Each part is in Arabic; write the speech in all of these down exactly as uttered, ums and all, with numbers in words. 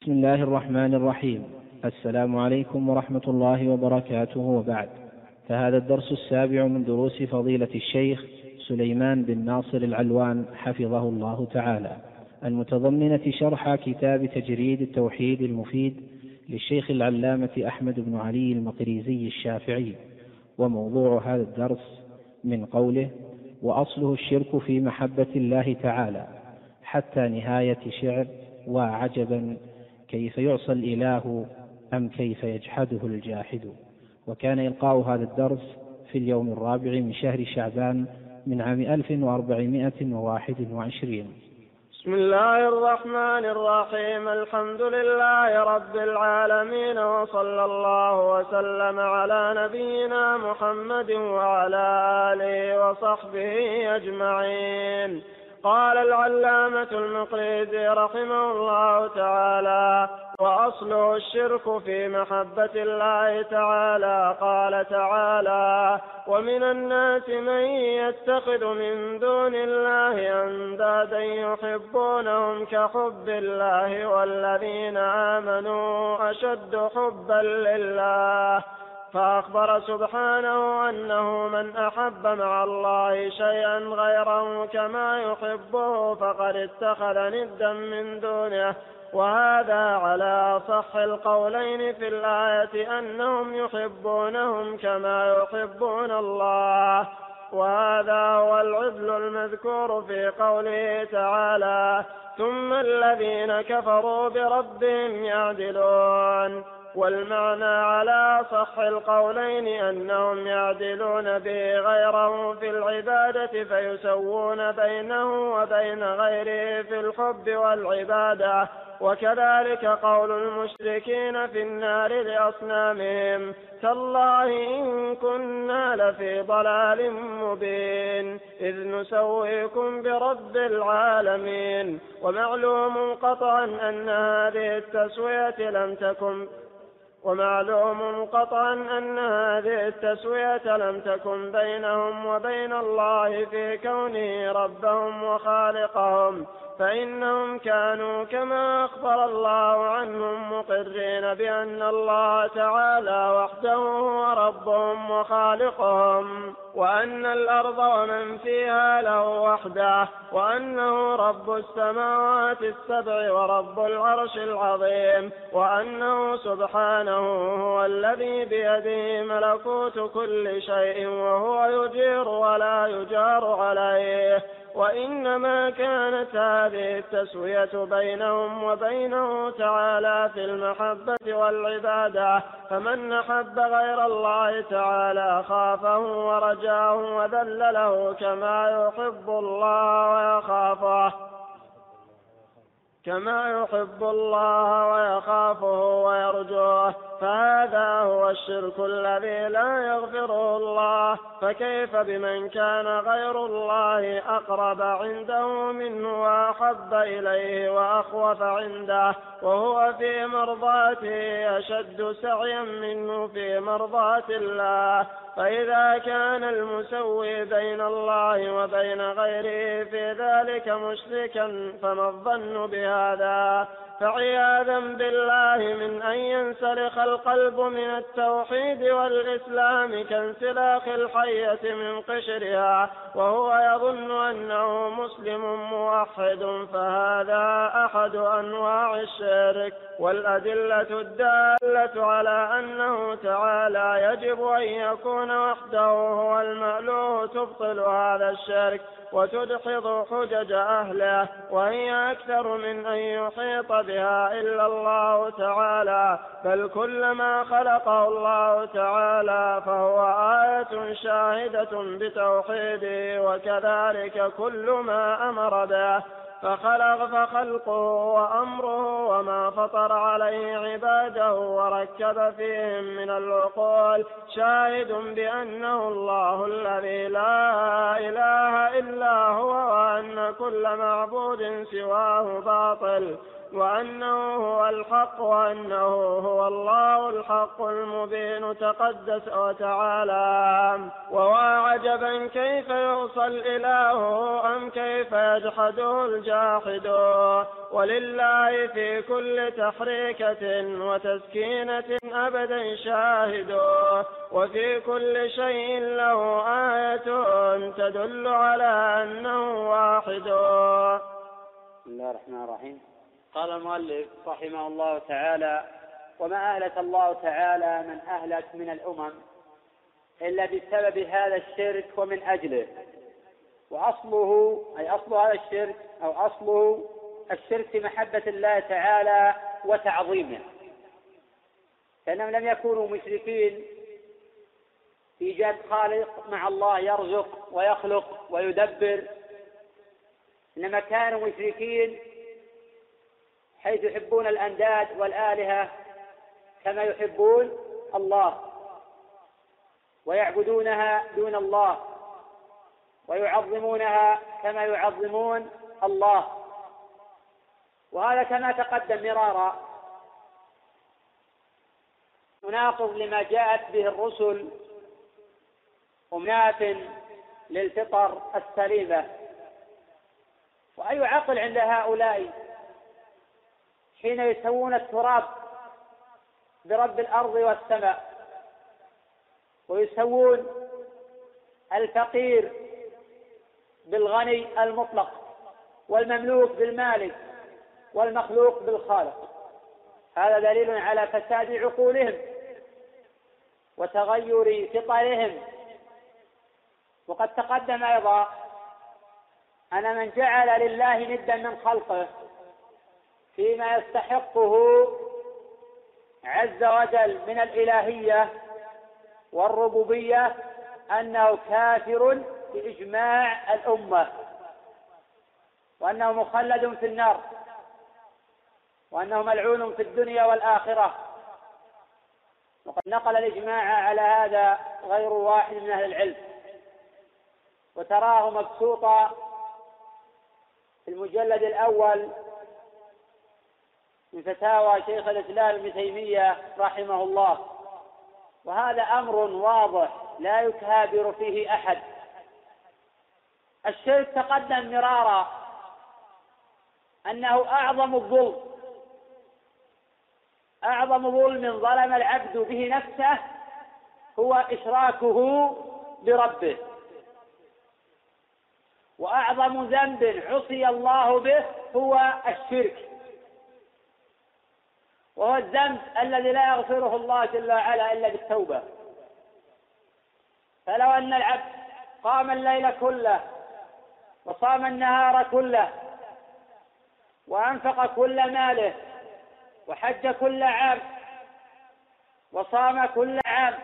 بسم الله الرحمن الرحيم. السلام عليكم ورحمة الله وبركاته، وبعد، فهذا الدرس السابع من دروس فضيلة الشيخ سليمان بن ناصر العلوان حفظه الله تعالى، المتضمنة شرح كتاب تجريد التوحيد المفيد للشيخ العلامة أحمد بن علي المقريزي الشافعي. وموضوع هذا الدرس من قوله: وأصله الشرك في محبة الله تعالى، حتى نهاية شعر: وعجبا كيف يعصى الإله أم كيف يجحده الجاحد. وكان إلقاء هذا الدرس في اليوم الرابع من شهر شعبان من عام ألف وأربعمائة وواحد وعشرين. بسم الله الرحمن الرحيم. الحمد لله رب العالمين، وصلى الله وسلم على نبينا محمد وعلى آله وصحبه أجمعين. قال العلامة المقريزي رحمه الله تعالى: وأصله الشرك في محبة الله تعالى. قال تعالى: ومن الناس من يتخذ من دون الله أندادا يحبونهم كحب الله والذين آمنوا أشد حبا لله. فأخبر سبحانه أنه من أحب مع الله شيئا غيره كما يحبه فقد اتخذ ندا من دونه. وهذا على أصح القولين في الآية، أنهم يحبونهم كما يحبون الله. وهذا هو العدل المذكور في قوله تعالى: ثم الذين كفروا بربهم يعدلون. والمعنى على صح القولين أنهم يعدلون به غيره في العبادة، فيسوون بينه وبين غيره في الحب والعبادة. وكذلك قول المشركين في النار لأصنامهم: تالله إن كنا لفي ضلال مبين إذ نسويكم برب العالمين. ومعلوم قطعا أن هذه التسوية لم تكن ومعلوم قطعا أن هذه التسوية لم تكن بينهم وبين الله في كونه ربهم وخالقهم، فإنهم كانوا كما أخبر الله عنهم مقرين بأن الله تعالى وحده هو ربهم وخالقهم، وأن الأرض ومن فيها له وحده، وأنه رب السماوات السبع ورب العرش العظيم، وأنه سبحانه هو الذي بيده ملكوت كل شيء وهو يجير ولا يجار عليه. وإنما كانت هذه التسوية بينهم وبينه تعالى في المحبة والعبادة، فمن أحب غير الله تعالى خافه ورجاه وذل له كما يحب الله ويخافه كما يحب الله ويخافه ويرجوه، فهذا هو الشرك الذي لا يغفره الله. فكيف بمن كان غير الله أقرب عنده منه وأحب إليه وأخوف عنده، وهو في مرضاته أشد سعيا منه في مرضاة الله. فإذا كان المسوي بين الله وبين غيره في ذلك مشركا، فما الظن بهذا؟ فعياذا بالله من أن ينسلخ القلب من التوحيد والإسلام كانسلاخ الحية من قشرها وهو يظن أنه مسلم موحد، فهذا أحد أنواع الشرك. والأدلة الدالة على أنه تعالى يجب أن يكون وحده هو المألوه تبطل هذا الشرك وتدحض حجج أهله، وهي أكثر من أن يحيط بها إلا الله تعالى، بل كل ما خلقه الله تعالى فهو آية شاهدة بتوحيده، وكذلك كل ما أمر به فخلق فخلقه وأمره وما فطر عليه عباده وركب فيهم من العقول شاهد بأنه الله الذي لا إله إلا هو، وأن كل معبود سواه باطل. وأنه هو الحق وأنه هو الله الحق المبين تقدس وتعالى. وواعجبا كيف يوصى الإله أم كيف يجحده الجاحد، ولله في كل تحريكة وتسكينة أبدا شاهد، وفي كل شيء له آية تدل على أنه واحد. بسم الله الرحمن الرحيم. قال المؤلف رحمه الله تعالى: وما أهلك الله تعالى من أهلك من الأمم إلا بسبب هذا الشرك ومن أجله. وأصله أي أصل هذا الشرك أو أصله الشرك في محبة الله تعالى وتعظيمه، لأنهم لم يكونوا مشركين في إيجاد خالق مع الله يرزق ويخلق ويدبر، إنما كانوا مشركين حيث يحبون الأنداد والآلهة كما يحبون الله، ويعبدونها دون الله، ويعظمونها كما يعظمون الله. وهذا كما تقدم مرارا مناقض لما جاءت به الرسل ومناف للفطر السليمة. وأي عقل عند هؤلاء حين يسوون التراب برب الأرض والسماء، ويسوون الفقير بالغني المطلق، والمملوك بالمالك، والمخلوق بالخالق. هذا دليل على فساد عقولهم وتغير فطرهم. وقد تقدم أيضا أن من جعل لله ندا من خلقه فيما يستحقه عز وجل من الإلهية والربوبية أنه كافر بإجماع الأمة، وأنه مخلد في النار، وأنه ملعون في الدنيا والآخرة. وقد نقل الإجماع على هذا غير واحد من أهل العلم، وتراه مبسوطا في المجلد الأول من فتاوى شيخ الإسلام ابن تيمية رحمه الله. وهذا أمر واضح لا يكابر فيه أحد. الشرك تقدم مرارا أنه أعظم الظلم، أعظم ظلم ظلم العبد به نفسه هو إشراكه بربه، وأعظم ذنب عصي الله به هو الشرك، وهو الذنب الذي لا يغفره الله جل وعلا إلا بالتوبة. فلو أن العبد قام الليل كله وصام النهار كله وأنفق كل ماله وحج كل عام وصام كل عام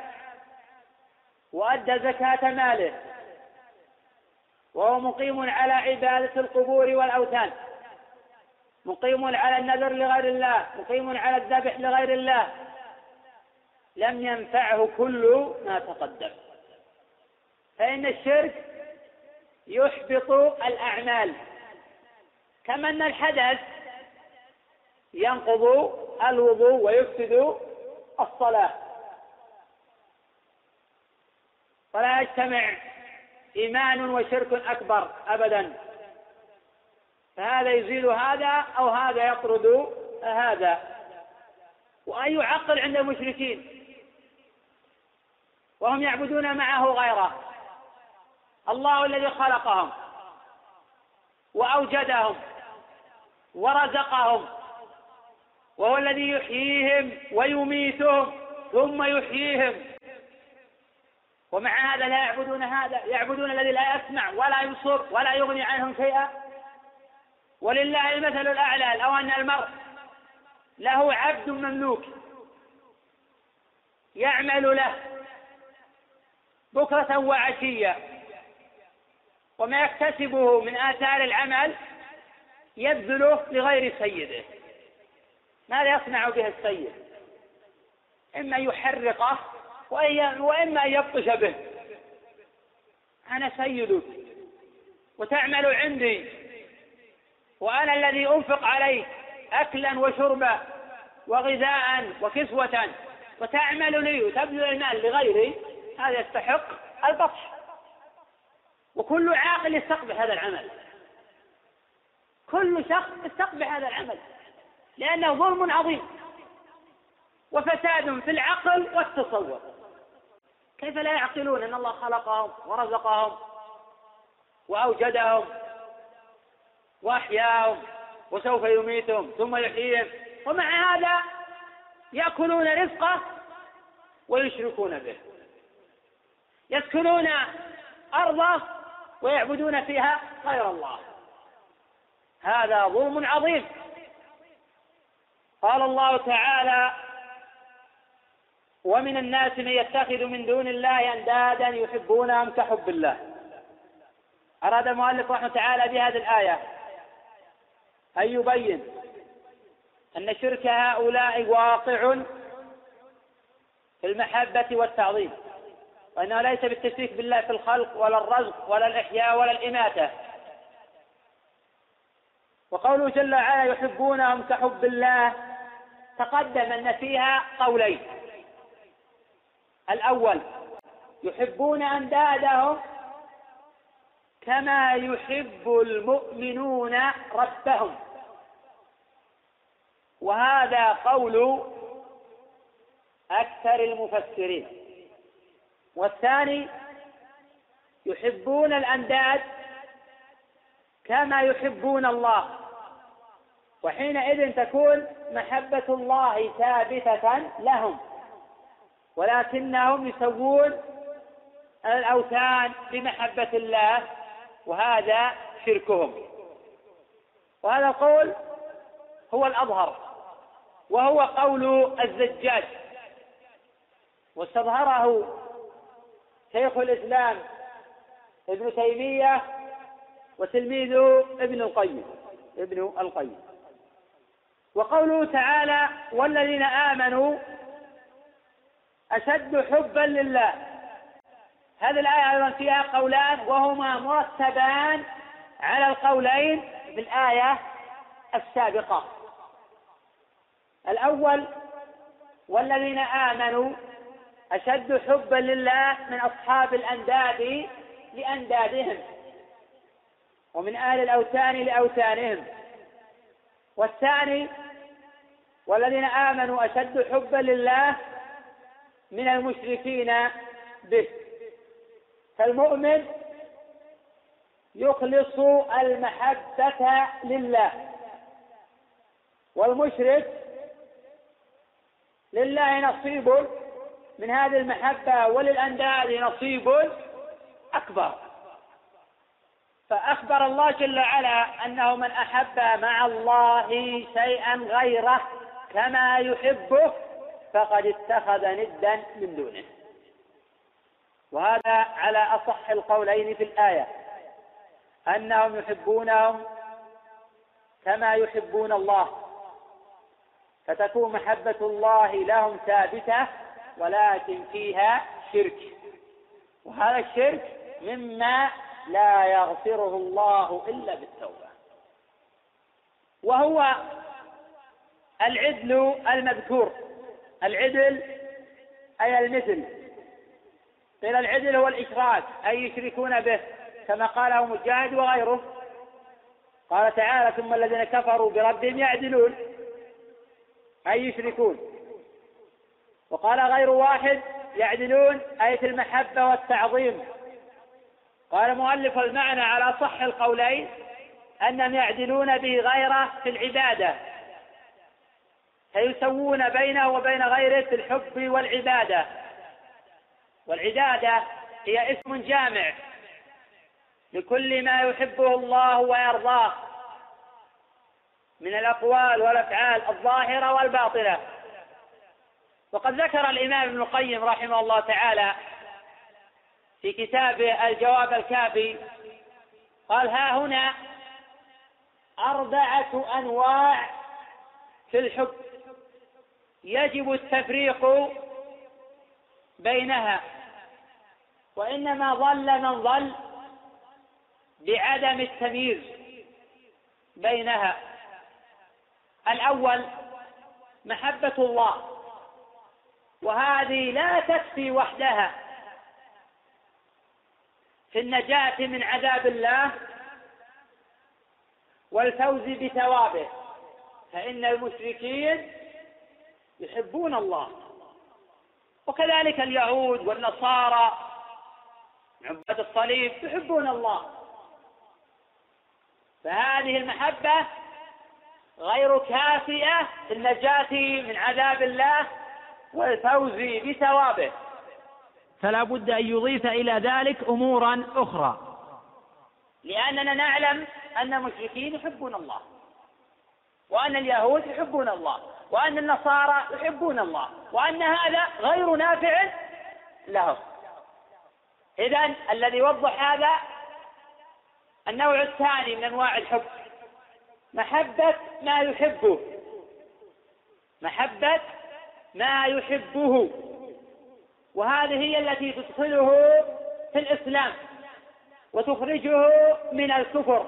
وأدى زكاة ماله، وهو مقيم على عبادة القبور والأوثان، مقيم على النذر لغير الله، مقيم على الذبح لغير الله، لم ينفعه كل ما تقدم. فإن الشرك يحبط الأعمال، كما أن الحدث ينقض الوضوء ويفسد الصلاة. فلا يجتمع إيمان وشرك أكبر أبدا، فهذا يزيل هذا أو هذا يطرد هذا. وأي عقل عند المشركين وهم يعبدون معه غيره؟ الله الذي خلقهم وأوجدهم ورزقهم، وهو الذي يحييهم ويميتهم ثم يحييهم، ومع هذا لا يعبدون هذا، يعبدون الذي لا يسمع ولا يبصر ولا يغني عنهم شيئا. ولله المثل الأعلى. لو أن المرء له عبد مملوك يعمل له بكرة وعشية، وما يكتسبه من آثار العمل يبذله لغير سيده، ماذا يصنع به السيد؟ إما يحرقه وإما أن يبطش به. أنا سيدك وتعمل عندي، وأنا الذي أنفق عليك أكلا وشربا وغذاء وكسوة وتعمل لي وتبذل المال لغيري، هذا يستحق البطش. وكل عاقل يستقبح هذا العمل، كل شخص يستقبح هذا العمل، لأنه ظلم عظيم وفساد في العقل والتصور. كيف لا يعقلون أن الله خلقهم ورزقهم وأوجدهم وأحياهم وسوف يميتهم ثم يحييهم، ومع هذا يأكلون رزقه ويشركون به، يسكنون أرضه ويعبدون فيها غير الله. هذا ظلم عظيم. قال الله تعالى: ومن الناس من يتخذ من دون الله أندادا يحبونهم كحب الله. أراد المؤلف رحمه تعالى بهذه الآية أن يبين أن شرك هؤلاء واقع في المحبة والتعظيم، وأنه ليس بالتشريك بالله في الخلق ولا الرزق ولا الإحياء ولا الإماتة. وقوله جل وعلا يحبونهم كحب الله، تقدم أن فيها قولين: الأول يحبون أندادهم كما يحب المؤمنون ربهم، وهذا قول أكثر المفسرين. والثاني يحبون الأنداد كما يحبون الله، وحينئذ تكون محبة الله ثابتة لهم، ولكنهم يسوون الأوثان بمحبة الله، وهذا شركهم. وهذا القول هو الأظهر، وهو قول الزجاج، واستظهره شيخ الإسلام ابن تيمية وتلميذه ابن القيم ابن القيم. وقوله تعالى: والذين آمنوا أشد حبا لله، هذه الآية أيضا فيها قولان، وهما مرتبان على القولين في الآية السابقة. الأول: والذين آمنوا أشد حبا لله من أصحاب الأنداد لأندادهم، ومن أهل الأوثان لأوثانهم. والثاني: والذين آمنوا أشد حبا لله من المشركين به. فالمؤمن يخلص المحبة لله، والمشرك لله نصيب من هذه المحبة وللأنداد نصيب أكبر. فأخبر الله جل وعلا أنه من أحب مع الله شيئا غيره كما يحبه فقد اتخذ ندا من دونه. وهذا على أصح القولين في الآية، أنهم يحبونهم كما يحبون الله، فتكون محبة الله لهم ثابتة، ولكن فيها شرك، وهذا الشرك مما لا يغفره الله إلا بالتوبة. وهو العدل المذكور. العدل أي المثل، قيل العدل هو الإشراك، أي يشركون به، كما قاله مجاهد وغيره. قال تعالى: ثم الذين كفروا بربهم يعدلون، أي يشركون. وقال غير واحد: يعدلون أي في المحبة والتعظيم. قال مؤلف: المعنى على صح القولين أنهم يعدلون به غيره في العبادة، فيسوون بينه وبين غيره في الحب والعبادة. والعبادة هي اسم جامع لكل ما يحبه الله ويرضاه من الأقوال والأفعال الظاهرة والباطنة. وقد ذكر الإمام ابن القيم رحمه الله تعالى في كتابه الجواب الكافي، قال: ها هنا أربعة أنواع في الحب يجب التفريق بينها، وإنما ضل من ضل بعدم التمييز بينها. الأول محبة الله، وهذه لا تكفي وحدها في النجاة من عذاب الله والفوز بثوابه، فإن المشركين يحبون الله، وكذلك اليهود والنصارى عباد الصليب يحبون الله. فهذه المحبة غير كافية في النجاة من عذاب الله والفوز بثوابه، فلا بد أن يضيف إلى ذلك أمورا أخرى، لأننا نعلم أن المشركين يحبون الله، وأن اليهود يحبون الله، وأن النصارى يحبون الله، وأن هذا غير نافع لهم. إذن الذي يوضح هذا النوع الثاني من أنواع الحب، محبة ما يحبه، محبة ما يحبه، وهذه هي التي تدخله في الإسلام وتخرجه من الكفر.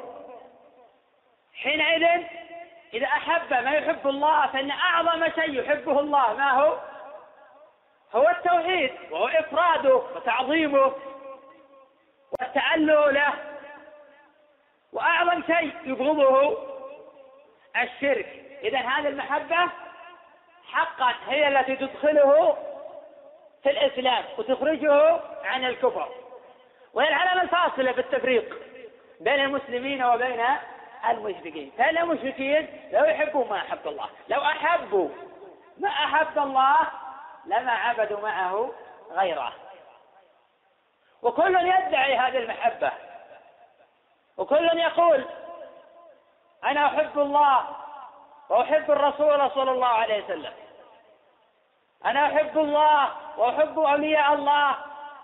حينئذ إذا أحب ما يحب الله فإن أعظم شيء يحبه الله ما هو؟ هو التوحيد، وهو إفراده وتعظيمه والتأله له. وأعظم شيء يبغضه الشرك. إذن هذه المحبة حقا هي التي تدخله في الإسلام وتخرجه عن الكفر، وهي العلامة الفاصلة في التفريق بين المسلمين وبين المشركين. فإن المشركين لو يحبوا ما أحب الله، لو أحبوا ما أحب الله لما عبدوا معه غيره. وكل يدعي هذه المحبة، وكل يقول أنا أحب الله وأحب الرسول صلى الله عليه وسلم، أنا أحب الله وأحب أولياء الله،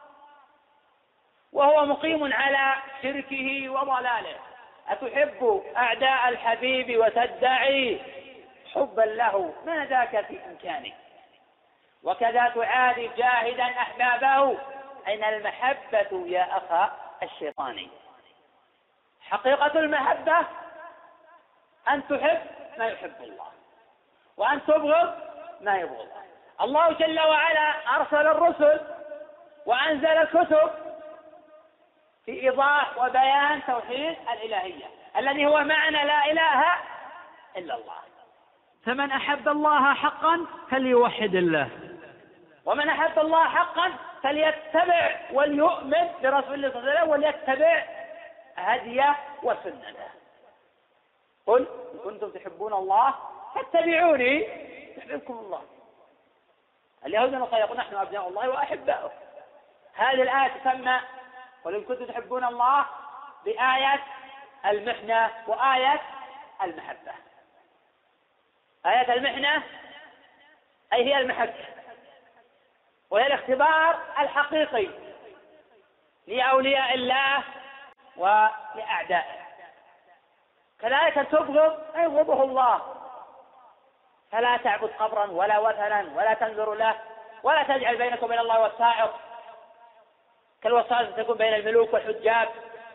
وهو مقيم على شركه وضلاله. أتحب أعداء الحبيب وتدعي حبا له ما ذاك في إمكانه، وكذا تعادي جاهدا أحبابه. أين المحبة يا أخا الشيطاني؟ حقيقة المحبة أن تحب ما يحب الله، وأن تبغض ما يبغض الله. الله جل وعلا أرسل الرسل وأنزل الكتب في إيضاح وبيان توحيد الإلهية الذي هو معنى لا إله إلا الله. فمن أحب الله حقا فليوحد الله، ومن أحب الله حقا فليتبع وليؤمن برسول الله صلى الله عليه وسلم وليتبع هديه وسنته. قل إن كنتم تحبون الله فاتبعوني يحببكم الله. اليهود والنصارى يقولون نحن أبناء الله وأحباؤه. هذه الآية تسمى قل إن كنتم تحبون الله بآية المحنة وآية المحبة. آية المحنة أي هي المحبة، وهي الاختبار الحقيقي لأولياء الله ولأعدائه. كذلك أن تبغض يبغضه الله، فلا تعبد قبرا ولا وثنا ولا تنذر له ولا تجعل بينك وبين الله وسائط كالوسائط تكون بين الملوك والحجاب،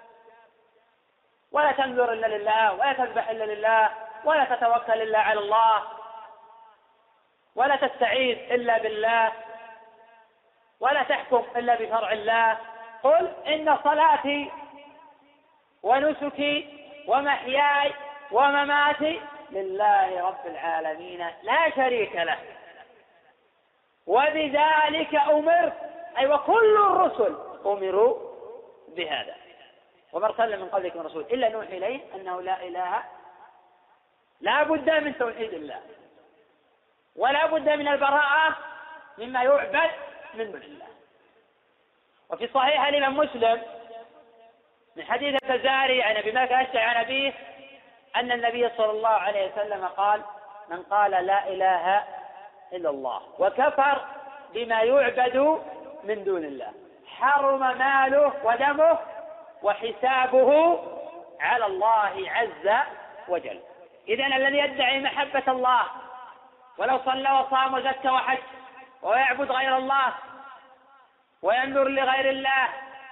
ولا تنذر إلا لله، ولا تذبح إلا لله، ولا تتوكل إلا على الله، ولا تستعيذ إلا بالله، ولا تحكم إلا بشرع الله. قل إن صلاتي ونسكي ومحياي ومماتي لله رب العالمين لا شريك له وبذلك أمرت، أي وكل الرسل أمروا بهذا، وما أرسلنا من قبلك من رسول إلا نوحي إليه أنه لا إله، لا بد من توحيد الله، ولا بد من البراءة مما يعبد من دون الله. وفي صحيح الإمام مسلم من حديث الفزاري عن أبي مالك الأشجعي عن أبيه أن النبي صلى الله عليه وسلم قال من قال لا إله إلا الله وكفر بما يعبد من دون الله حرم ماله ودمه وحسابه على الله عز وجل. إذن الذي يدعي محبة الله ولو صلى وصام وزكى وحج ويعبد غير الله وينذر لغير الله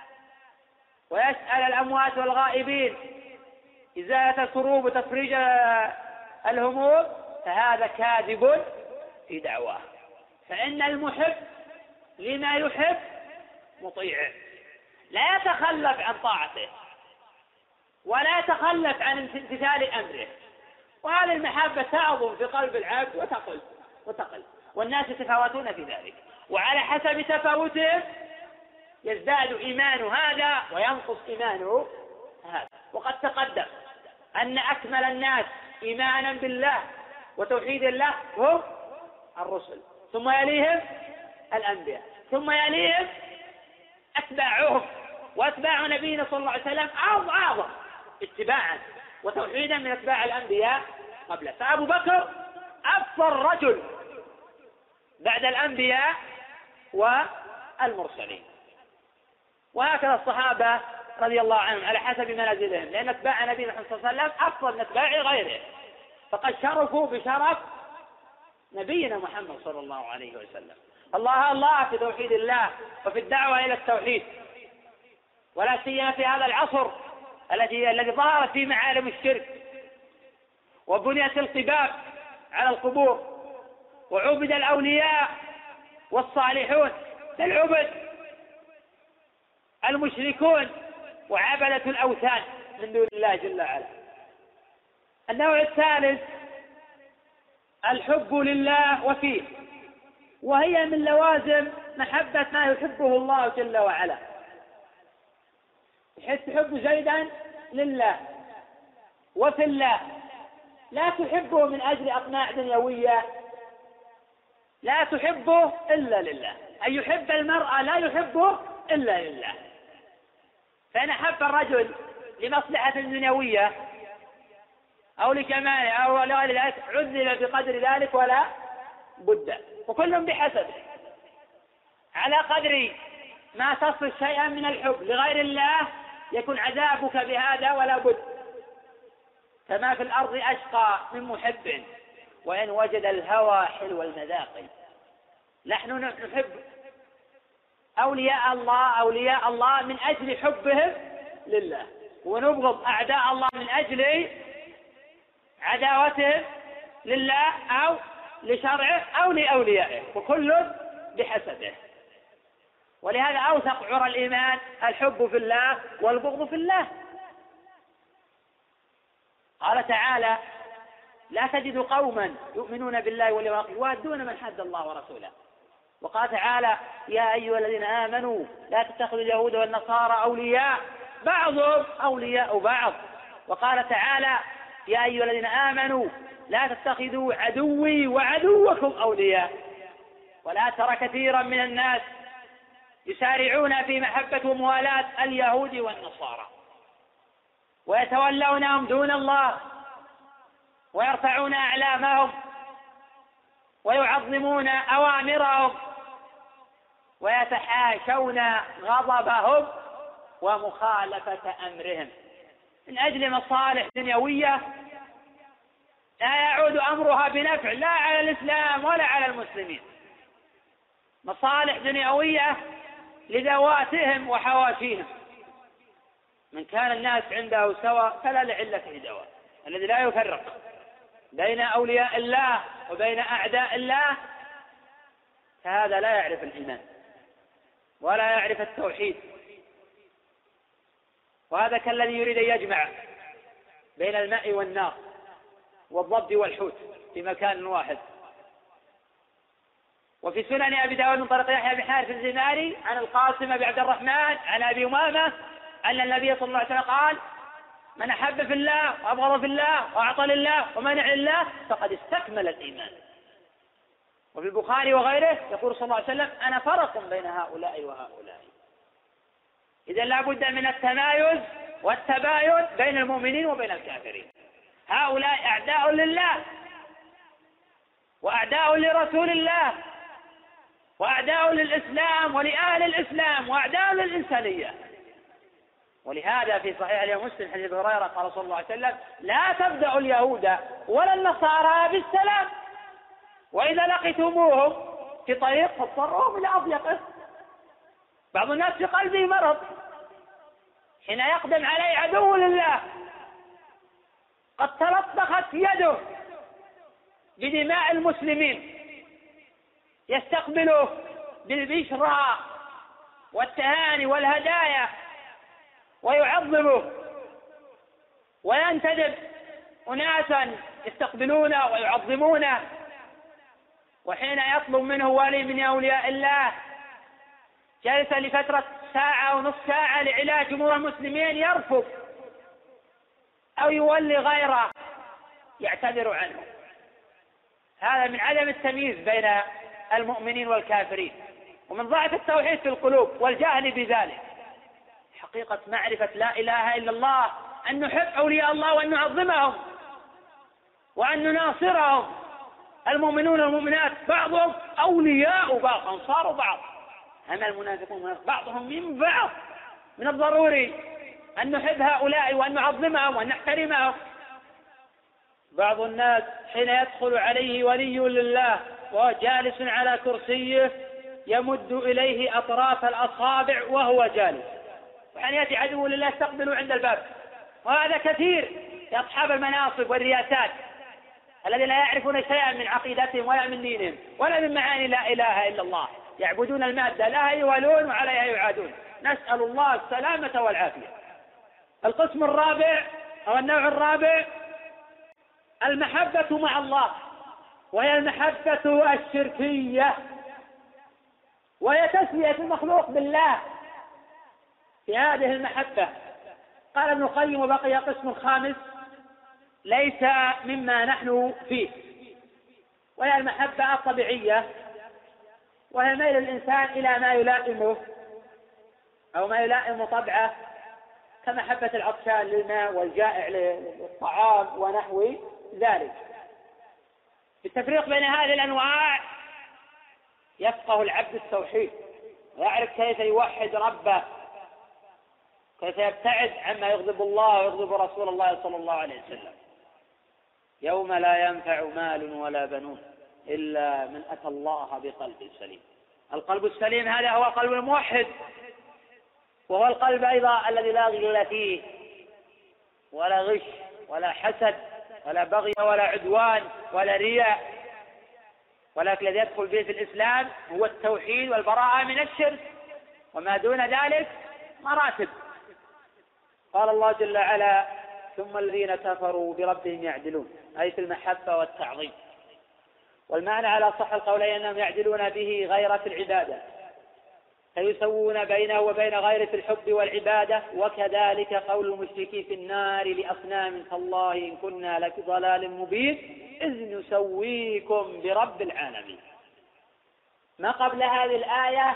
ويسأل الأموات والغائبين إزالة الكروب وتفريج الهموم فهذا كاذب في دعواه، فإن المحب لما يحب مطيع، لا يتخلف عن طاعته ولا يتخلف عن امتثال أمره، وهذه المحبة تعظم في قلب العبد وتقل وتقل والناس يتفاوتون في ذلك، وعلى حسب تفاوتهم يزداد إيمان هذا وينقص إيمانه هذا. وقد تقدم أن أكمل الناس إيمانا بالله وتوحيد الله هم الرسل، ثم يليهم الأنبياء، ثم يليهم أتباعهم، وأتباع نبينا صلى الله عليه وسلم أعظم اتباعا وتوحيدا من أتباع الأنبياء قبله. فأبو بكر أفضل رجل بعد الأنبياء والمرسلين، وهكذا الصحابة رضي الله عنهم على حسب منازلهم، لأن أتباع نبينا صلى الله عليه وسلم أفضل من أتباع غيره، فقد شرفوا بشرف نبينا محمد صلى الله عليه وسلم. الله الله في توحيد الله وفي الدعوة إلى التوحيد، ولا سيما في هذا العصر الذي الذي ظهرت فيه معالم الشرك وبنيت القباب على القبور وعبد الأولياء والصالحون، العبد المشركون وعبدة الأوثان من دون الله جل وعلا. النوع الثالث الحب لله وفيه، وهي من لوازم محبة ما يحبه الله جل وعلا، بحيث تحب زيدا لله وفي الله، لا تحبه من أجل أقناع دنيوية، لا تحبه إلا لله، أن يحب المرأة لا يحبه إلا لله، فإن أحب الرجل لمصلحة دنيوية أو لكمال أو لغير ذلك عذب بقدر ذلك ولا بد، وكل بحسبه، على قدر ما تصل شيئا من الحب لغير الله يكون عذابك بهذا ولا بد. كما في الأرض أشقى من محب وإن وجد الهوى حلو المذاق. نحن نحب أولياء الله أولياء الله من أجل حبهم لله، ونبغض أعداء الله من أجل عداوتهم لله أو لشرعه أو لأوليائه، وكل بحسبه. ولهذا أوثق عرى الإيمان الحب في الله والبغض في الله. قال تعالى: لا تجد قوما يؤمنون بالله واليوم الآخر يوادون من حد الله ورسوله. وقال تعالى: يا أيها الذين آمنوا لا تتخذوا اليهود والنصارى أولياء بعضهم أولياء بعض. وقال تعالى: يا أيها الذين آمنوا لا تتخذوا عدوي وعدوكم أولياء. ولا ترى كثيرا من الناس يسارعون في محبة وموالاة اليهود والنصارى ويتولونهم دون الله ويرفعون أعلامهم ويعظمون أوامرهم ويتحاشون غضبهم ومخالفة أمرهم من أجل مصالح دنيوية لا يعود أمرها بنفع لا على الإسلام ولا على المسلمين، مصالح دنيوية لذواتهم وحواشيهم. من كان الناس عنده سواء فلا لعلته دواء، الذي لا يفرق بين أولياء الله وبين أعداء الله فهذا لا يعرف الإيمان ولا يعرف التوحيد. وهذا كالذي يريد أن يجمع بين الماء والنار والضب والحوت في مكان واحد. وفي سنن أبي داود من طريق يحيى بن حارث الزماري عن القاسم بن عبد الرحمن عن أبي أمامة أن النبي صلى الله عليه وسلم قال: من أحب في الله وأبغض في الله وأعطى لله ومنع لله فقد استكمل الإيمان. وفي البخاري وغيره يقول صلى الله عليه وسلم: أنا فرق بين هؤلاء وهؤلاء. إذا لا بد من التمايز والتباين بين المؤمنين وبين الكافرين. هؤلاء أعداء لله وأعداء لرسول الله وأعداء للإسلام ولأهل الإسلام وأعداء للإنسانية. ولهذا في صحيح الإمام مسلم حديث أبي هريرة قال صلى الله عليه وسلم: لا تبدأوا اليهود ولا النصارى بالسلام، وإذا لقيتموهم في طريق فاضطروهم إلى أضيقه. بعض الناس في قلبه مرض حين يقدم عليه عدو لله قد تلطخت يده بدماء المسلمين، يستقبله بالبشرى والتهاني والهدايا ويعظمه، وينتدب أناسا يستقبلونه ويعظمونه، وحين يطلب منه ولي من أولياء الله جلس لفترة ساعة أو نصف ساعة لعلاج أمور المسلمين يرفض أو يولي غيره يعتذر عنه. هذا من عدم التمييز بين المؤمنين والكافرين، ومن ضعف التوحيد في القلوب والجهل بذلك. حقيقة معرفة لا إله إلا الله أن نحب أولياء الله وأن نعظمهم وأن نناصرهم. المؤمنون والمؤمنات بعضهم أولياء بعض، أنصار بعض. أما المنافقون بعضهم من بعض. من الضروري أن نحب هؤلاء وأن نعظمهم وأن نحترمهم. بعض الناس حين يدخل عليه ولي لله وهو جالس على كرسيه يمد إليه أطراف الأصابع وهو جالس، وحين يأتي عدو لله يستقبله عند الباب. وهذا كثير لأصحاب المناصب والرياسات الذين لا يعرفون شيئا من عقيدتهم ولا من دينهم ولا من معاني لا إله إلا الله، يعبدون المادة، لها يولون وعليها يعادون. نسأل الله السلامة والعافية. القسم الرابع أو النوع الرابع المحبة مع الله، وهي المحبة الشركية، وهي تسوية المخلوق بالله في هذه المحبة. قال ابن القيم: وبقي قسم خامس ليس مما نحن فيه، وهي المحبة الطبيعية، وهي ميل الإنسان إلى ما يلائمه أو ما يلائم طبعه، كمحبة العطشان للماء والجائع للطعام ونحو ذلك. بالتفريق بين هذه الأنواع يفقه العبد التوحيد ويعرف كيف يوحد ربه، كيف يبتعد عما يغضب الله ويغضب رسول الله صلى الله عليه وسلم. يوم لا ينفع مال ولا بنون إلا من أتى الله بقلب سليم. القلب السليم هذا هو قلب الموحد، وهو القلب أيضا الذي لا غل فيه ولا غش ولا حسد ولا بغي ولا عدوان ولا رياء، ولكن الذي يدخل به في الإسلام هو التوحيد والبراءة من الشرك، وما دون ذلك مراتب. قال الله جل وعلا: ثم الذين كفروا بربهم يعدلون، أي في المحبة والتعظيم. والمعنى على صح القولين أنهم يعدلون به غيرة العبادة، فيسوون بينه وبين غيره في الحب والعبادة. وكذلك قول المشركين في النار لأصنام: تالله إن كنا لفي ضلال مبين إذ نسويكم برب العالمين. ما قبل هذه الآية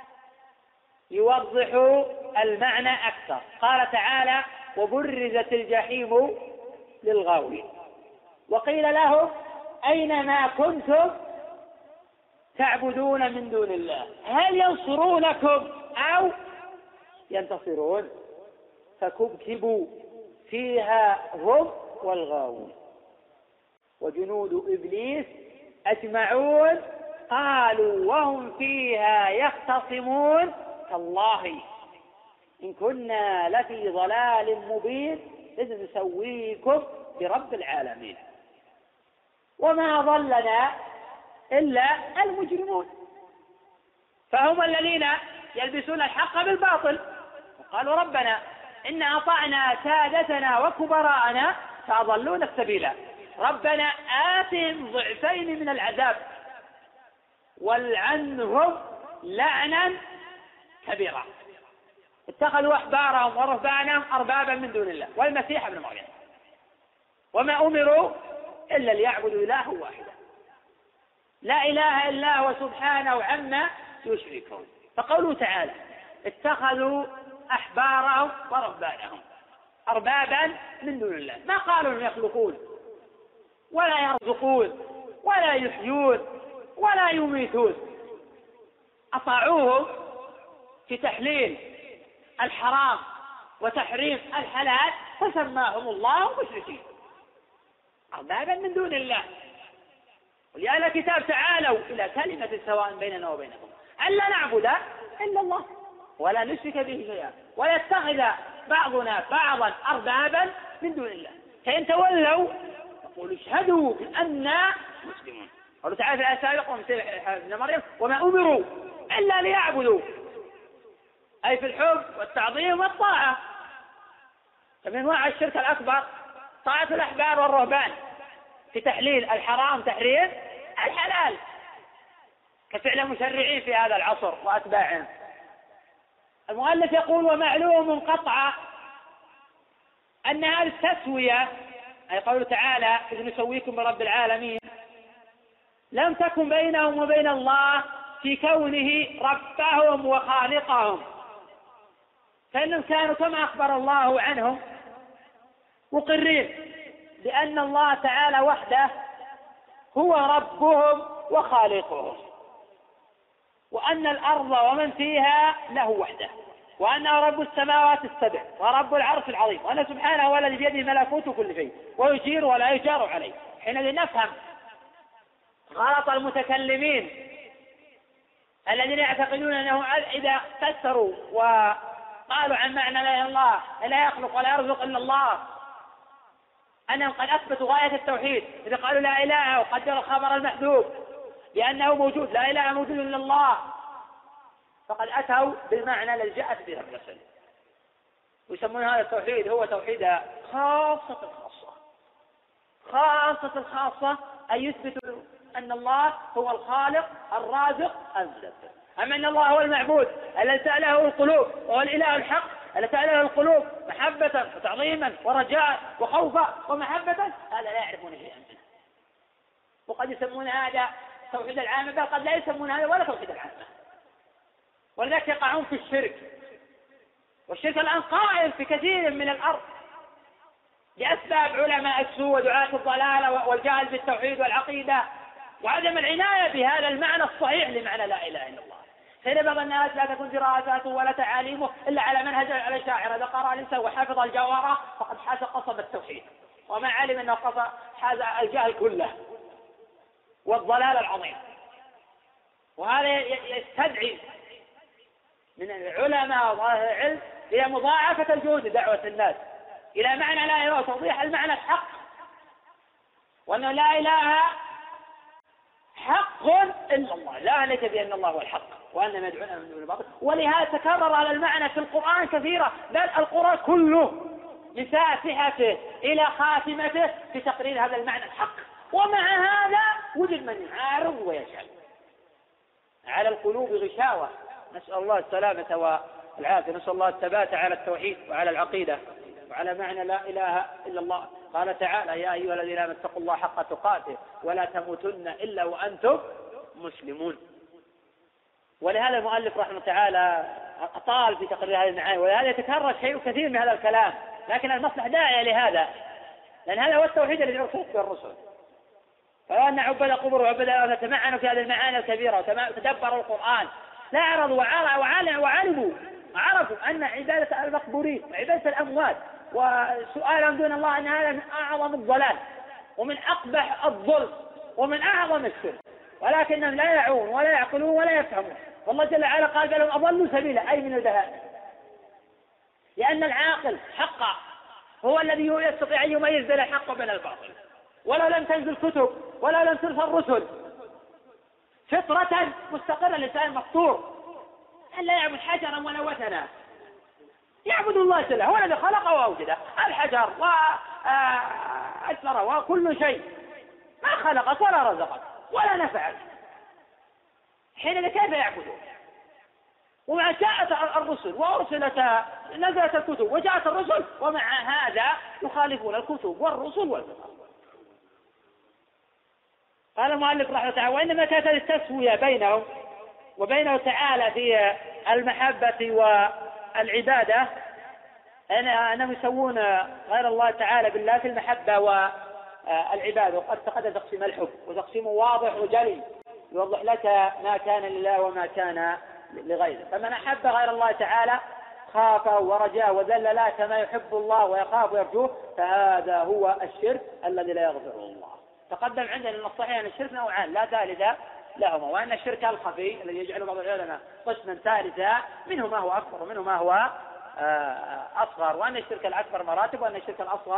يوضح المعنى أكثر. قال تعالى: وبرزت الجحيم للغاوين، وقيل له: أين ما كنتم تعبدون من دون الله هل ينصرونكم أو ينتصرون؟ فكبكبوا فيها هم والغاوون وجنود إبليس أجمعون قالوا وهم فيها يختصمون: تالله إن كنا لفي ضلال مبين إذ نسويكم برب العالمين. وما ضلنا إلا المجرمون، فهم الذين يلبسون الحق بالباطل وقالوا: ربنا إن أطعنا سادتنا وكبراءنا فأضلونا السبيل، ربنا آتهم ضعفين من العذاب والعنهم لعنا كبيرا. اتخذوا أحبارهم ورهبانهم أربابا من دون الله والمسيح ابن مريم، وما أمروا إلا ليعبدوا إله واحدا لا إله إلا هو سبحانه عما يشركون. فقوله تعالى: اتخذوا أحبارهم ورهبانهم أربابا من دون الله، ما قالوا أنهم يخلقون ولا يرزقون ولا يحيون ولا يميتون، أطاعوهم في تحليل الحرام وتحريم الحلال فسماهم الله مشركين أربابا من دون الله. ولأهل الكتاب: تعالوا إلى كلمة سواء بيننا وبينكم ألا نعبد إلا الله ولا نشرك به شيئا ولا يتخذ بعضنا بعضا أربابا من دون الله. فإن تولوا فقولوا اشهدوا بأننا مسلمون. قالوا تعالى في الآية السابقة ابن مريم وما أمروا إلا ليعبدوا، أي في الحب والتعظيم والطاعة. فمن أنواع الشرك الأكبر طاعة الأحبار والرهبان في تحليل الحرام تحريم الحلال كفعل المشرعين في هذا العصر وأتباعهم. المؤلف يقول ومعلوم قطعا أن هذه التسوية، أي قوله تعالى إذ نسويكم برب العالمين، لم تكن بينهم وبين الله في كونه ربهم وخالقهم، فإنهم كانوا كما أخبر الله عنهم مقرين بأن الله تعالى وحده هو ربهم وخالقهم، وأن الأرض ومن فيها له وحده، وأنه رب السماوات السبع ورب العرش العظيم، وأن سبحانه هو الذي بيده ملكوت كل شيء ويجير ولا يجار عليه. حينئذ نفهم غلط المتكلمين الذين يعتقدون أنه إذا فسروا وقالوا عن معنى لا إله إلا الله لا يخلق ولا يرزق إلا الله أنهم قد أثبتوا غاية التوحيد إذا قالوا لا إله وقدر الخبر المحذوف لأنه موجود، لا إله موجود إلا الله، فقد أتوا بالمعنى الذي جاءت به الرسل، ويسمون هذا التوحيد هو توحيد خاصة الخاصة. خاصة الخاصة أن يثبتوا أن الله هو الخالق الرازق المدبر، أما أن الله هو المعبود الذي تأله القلوب وهو الإله الحق الذي تأله القلوب محبة وتعظيما ورجاء وخوفا ومحبة، هذا لا يعرفون شيئا منه. وقد يسمون هذا توحيد العامة، بل قد لا يسمون هذا ولا توحيد العامة، ولذلك يقعون في الشرك. والشرك الآن قائم في كثير من الأرض لأسباب علماء السوء ودعاة الضلال والجهل بالتوحيد والعقيدة وعدم العناية بهذا المعنى الصحيح لمعنى لا إله إلا الله. فإن بعض الناس لا تكون دراساته ولا تعاليمه إلا على منهج الأشاعرة، إذا قرأ الإنسان وحفظ الجوهرة فقد حاز قصب التوحيد، وما علم أنه قصب حاز الجهل كله والضلال العظيم. وهذا يستدعي من العلماء وظاهر العلم إلى مضاعفة الجهود لدعوة الناس إلى معنى لا إله وتوضيح المعنى الحق، وأنه لا إله حق إلا الله، لا ليس بأن الله هو الحق وأن ما يدعون من دون الباطل. ولهذا تكرر هذا المعنى في القرآن كثيرا، بل القرآن كله من فاتحته إلى خاتمته في تقرير هذا المعنى الحق. ومع هذا وجد من يعارض ويجهل. على القلوب غشاوة، نسأل الله السلامة والعافية، نسأل الله الثبات على التوحيد وعلى العقيدة وعلى معنى لا إله إلا الله. قال تعالى يا أيها الذين آمنوا اتقوا الله حق تقاته ولا تموتن إلا وأنتم مسلمون. ولهذا المؤلف رحمه تعالى أطال في تقرير هذه المعاني، ولهذا يتكرر شيء كثير من هذا الكلام، لكن المصلحة داعية لهذا، لأن هذا هو التوحيد الذي أرسلت به الرسل. فلو أن عبد القبور وعبد الله تمعنوا في هذه المعاني الكبيرة وتدبروا القرآن لا عرضوا وعلموا وعرفوا أن عبادة المقبورين وعبادة الأموات وسؤالهم دون الله أن هذا من أعظم الضلال ومن أقبح الظلم ومن أعظم الشرك، ولكنهم لا يعون ولا يعقلون ولا يفهمون. والله جل وعلا قال لهم أضلوا سبيلا، أي من البهائم، لأن العاقل حقا هو الذي يستطيع أن يميز بين الحق وبين الباطل. ولو لم تنزل كتب ولو لم ترسل رسل، فطرة مستقرة الإنسان مفطور أن لا يعبد حجرا ولا وثنا، يعبد الله جل وعلا، هو الذي خلقه وأوجده، الحجر وأثمره وكل شيء، ما خلقك ولا رزقك ولا نفعك، حين كيف يعبدون؟ ومع جاءت الرسل وأرسلت نزلت الكتب وجاءت الرسل، ومع هذا يخالفون الكتب والرسل والكتاب. قال المؤلف رحمه الله تعالى وإنما كانت التسوية بينهم وبينه تعالى في المحبة والعبادة أنهم يسوون غير الله تعالى بالله في المحبة والعبادة. وقد تقدم تقسيم الحب، وتقسيم واضح وجلي يوضح لك ما كان لله وما كان لغيره. فمن أحب غير الله تعالى خافه ورجاه وذل له كما يحب الله ويخاف ويرجوه، فهذا هو الشرك الذي لا يغفره الله. تقدم عندنا ان الصحيح ان الشرك نوعان لا ثالث لهما، وان الشرك الخفي الذي يجعل بعض العلماء قسما ثالثا منه ما هو اكبر ومنه ما هو اصغر، وان الشرك الاكبر مراتب وان الشرك الاصغر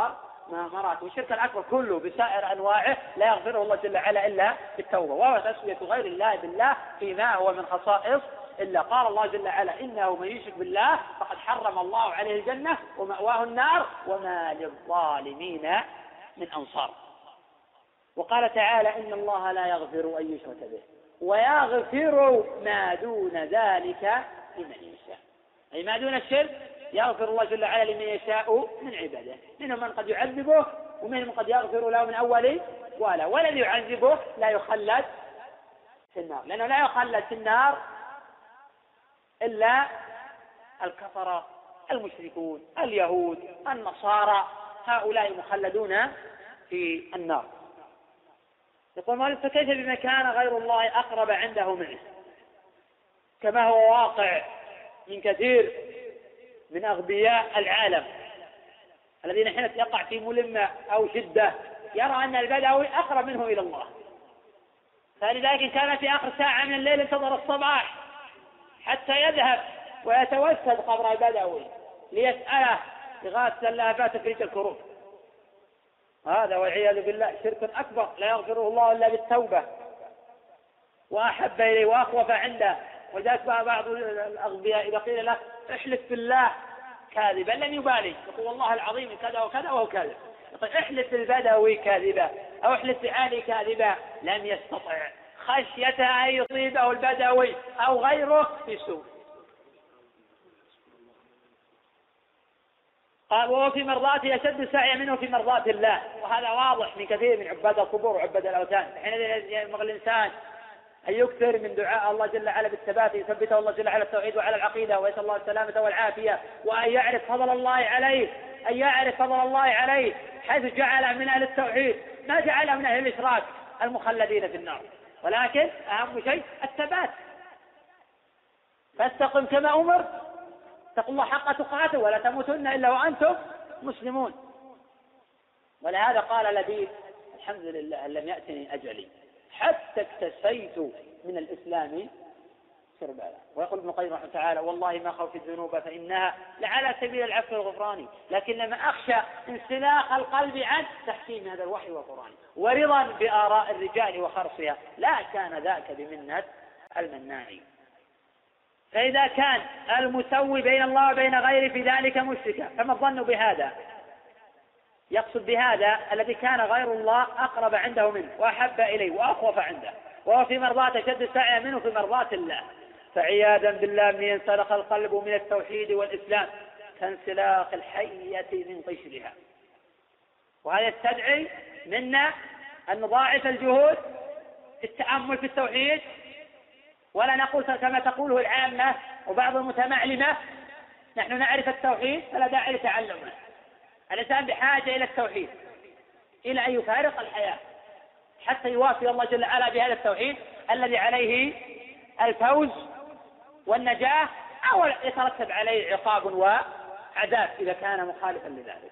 مرات. والشرك الأكبر كله بسائر أنواعه لا يغفره الله جل وعلا إلا بالتوبة، وهو تسوية غير الله بالله فيما هو من خصائص إلا. قال الله جل وعلا إنه من يشرك بالله فقد حرم الله عليه الجنة ومأواه النار وما للظالمين من أنصار. وقال تعالى إن الله لا يغفر أن يشرك به ويغفر ما دون ذلك لمن يشاء، أي ما دون الشرك يغفر الله جل وعلا لمن يشاء من عباده، منهم من قد يعذبه ومنهم قد يغفر له من أول ولا، والذي يعذبه لا يخلد في النار، لأنه لا يخلد في النار إلا الكفرة المشركون اليهود النصارى، هؤلاء مخلدون في النار. يقول مالك فكيف بما كان غير الله أقرب عنده منه، كما هو واقع من كثير من أغبياء العالم الذين حين يقع في ملمة أو شدة يرى أن البدوي أقرب منه إلى الله، فلذلك كان في آخر ساعة من الليل انتظر الصباح حتى يذهب ويتوسد قبر البدوي ليسأله إغاثة اللهفات تفريج الكروب. هذا والعياذ بالله شرك أكبر لا يغفره الله إلا بالتوبة، وأحب إليه وأخوف عنده. وذلك بعض الأغبياء إذا قيل له احلف بالله كاذبا لم يبالي، يقول والله العظيم كذا وكذا وهو كاذب. يقول احلف بالبدوي كاذبا أو احلف بعالي كاذبا لم يستطع خشية أن يصيبه البدوي أو غيره في سوء. قال وهو في مرضاته يشد سعي منه في مرضات الله، وهذا واضح من كثير من عباد القبور وعباد الأوثان. حينئذ ينبغي الإنسان أن يكثر من دعاء الله جل وعلا بالثبات، يثبته الله جل وعلا التوحيد وعلى العقيدة، ويسأل الله السلامة والعافية، وأن يعرف فضل الله عليه، أن يعرف فضل الله عليه حيث جعل من أهل التوحيد ما جعل من أهل الإشراك المخلدين في النار. ولكن أهم شيء الثبات، فاستقم كما أمر، اتقوا الله حق تقاته ولا تموتن إلا وأنتم مسلمون. ولهذا قال لبيد الحمد لله لم يأتني أجلي حتى اكتسيت من الإسلام سربالا. ويقول ابن القيم رحمه تعالى والله ما خوف الذنوب فإنها لعلى سبيل العفو والغفران، لكنما أخشى انسلاخ القلب عن تحكيم هذا الوحي والقرآن ورضا بآراء الرجال وخرصها، لا كان ذاك بمنة المناعي. فإذا كان المسوي بين الله وبين غيره في ذلك مشركا فما الظن بهذا؟ يقصد بهذا الذي كان غير الله أقرب عنده منه وأحب إليه وأخوف عنده، وهو في مرضاته شد سعي منه في مرضات الله. فعياذا بالله من ينسلخ القلب من التوحيد والإسلام كانسلاخ الحية من قشرها. وهذا يستدعي منا أن نضاعف الجهود في التأمل في التوحيد، ولا نقول كما تقوله العامة وبعض المتمعلمة نحن نعرف التوحيد فلا داعي لتعلمه. الإنسان بحاجة إلى التوحيد، إلى أن يفارق الحياة حتى يوافي الله جل وعلا بهذا التوحيد الذي عليه الفوز والنجاة، أو يترتب عليه عقاب وعذاب إذا كان مخالفا لذلك.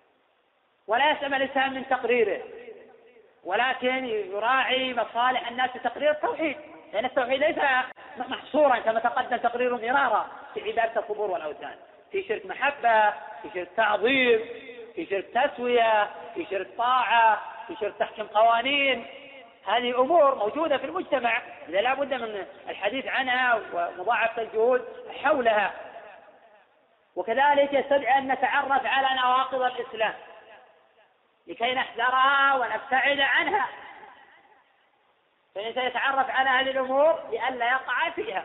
ولا يسأم الإنسان من تقريره، ولكن يراعي مصالح الناس في تقرير التوحيد، لأن التوحيد ليس محصورا كما تقدم تقرير مرارا في عبادة القبور والأوثان، في شرك محبة، في شرك تعظيم، في شرك تسوية، في شرك طاعة، في شرك تحكيم قوانين. هذه أمور موجودة في المجتمع إذا لا بد من الحديث عنها ومضاعفة الجهود حولها. وكذلك يستدعي أن نتعرف على نواقض الإسلام لكي نحذرها ونبتعد عنها، فالإنسان يتعرف على هذه الأمور لئلا يقع فيها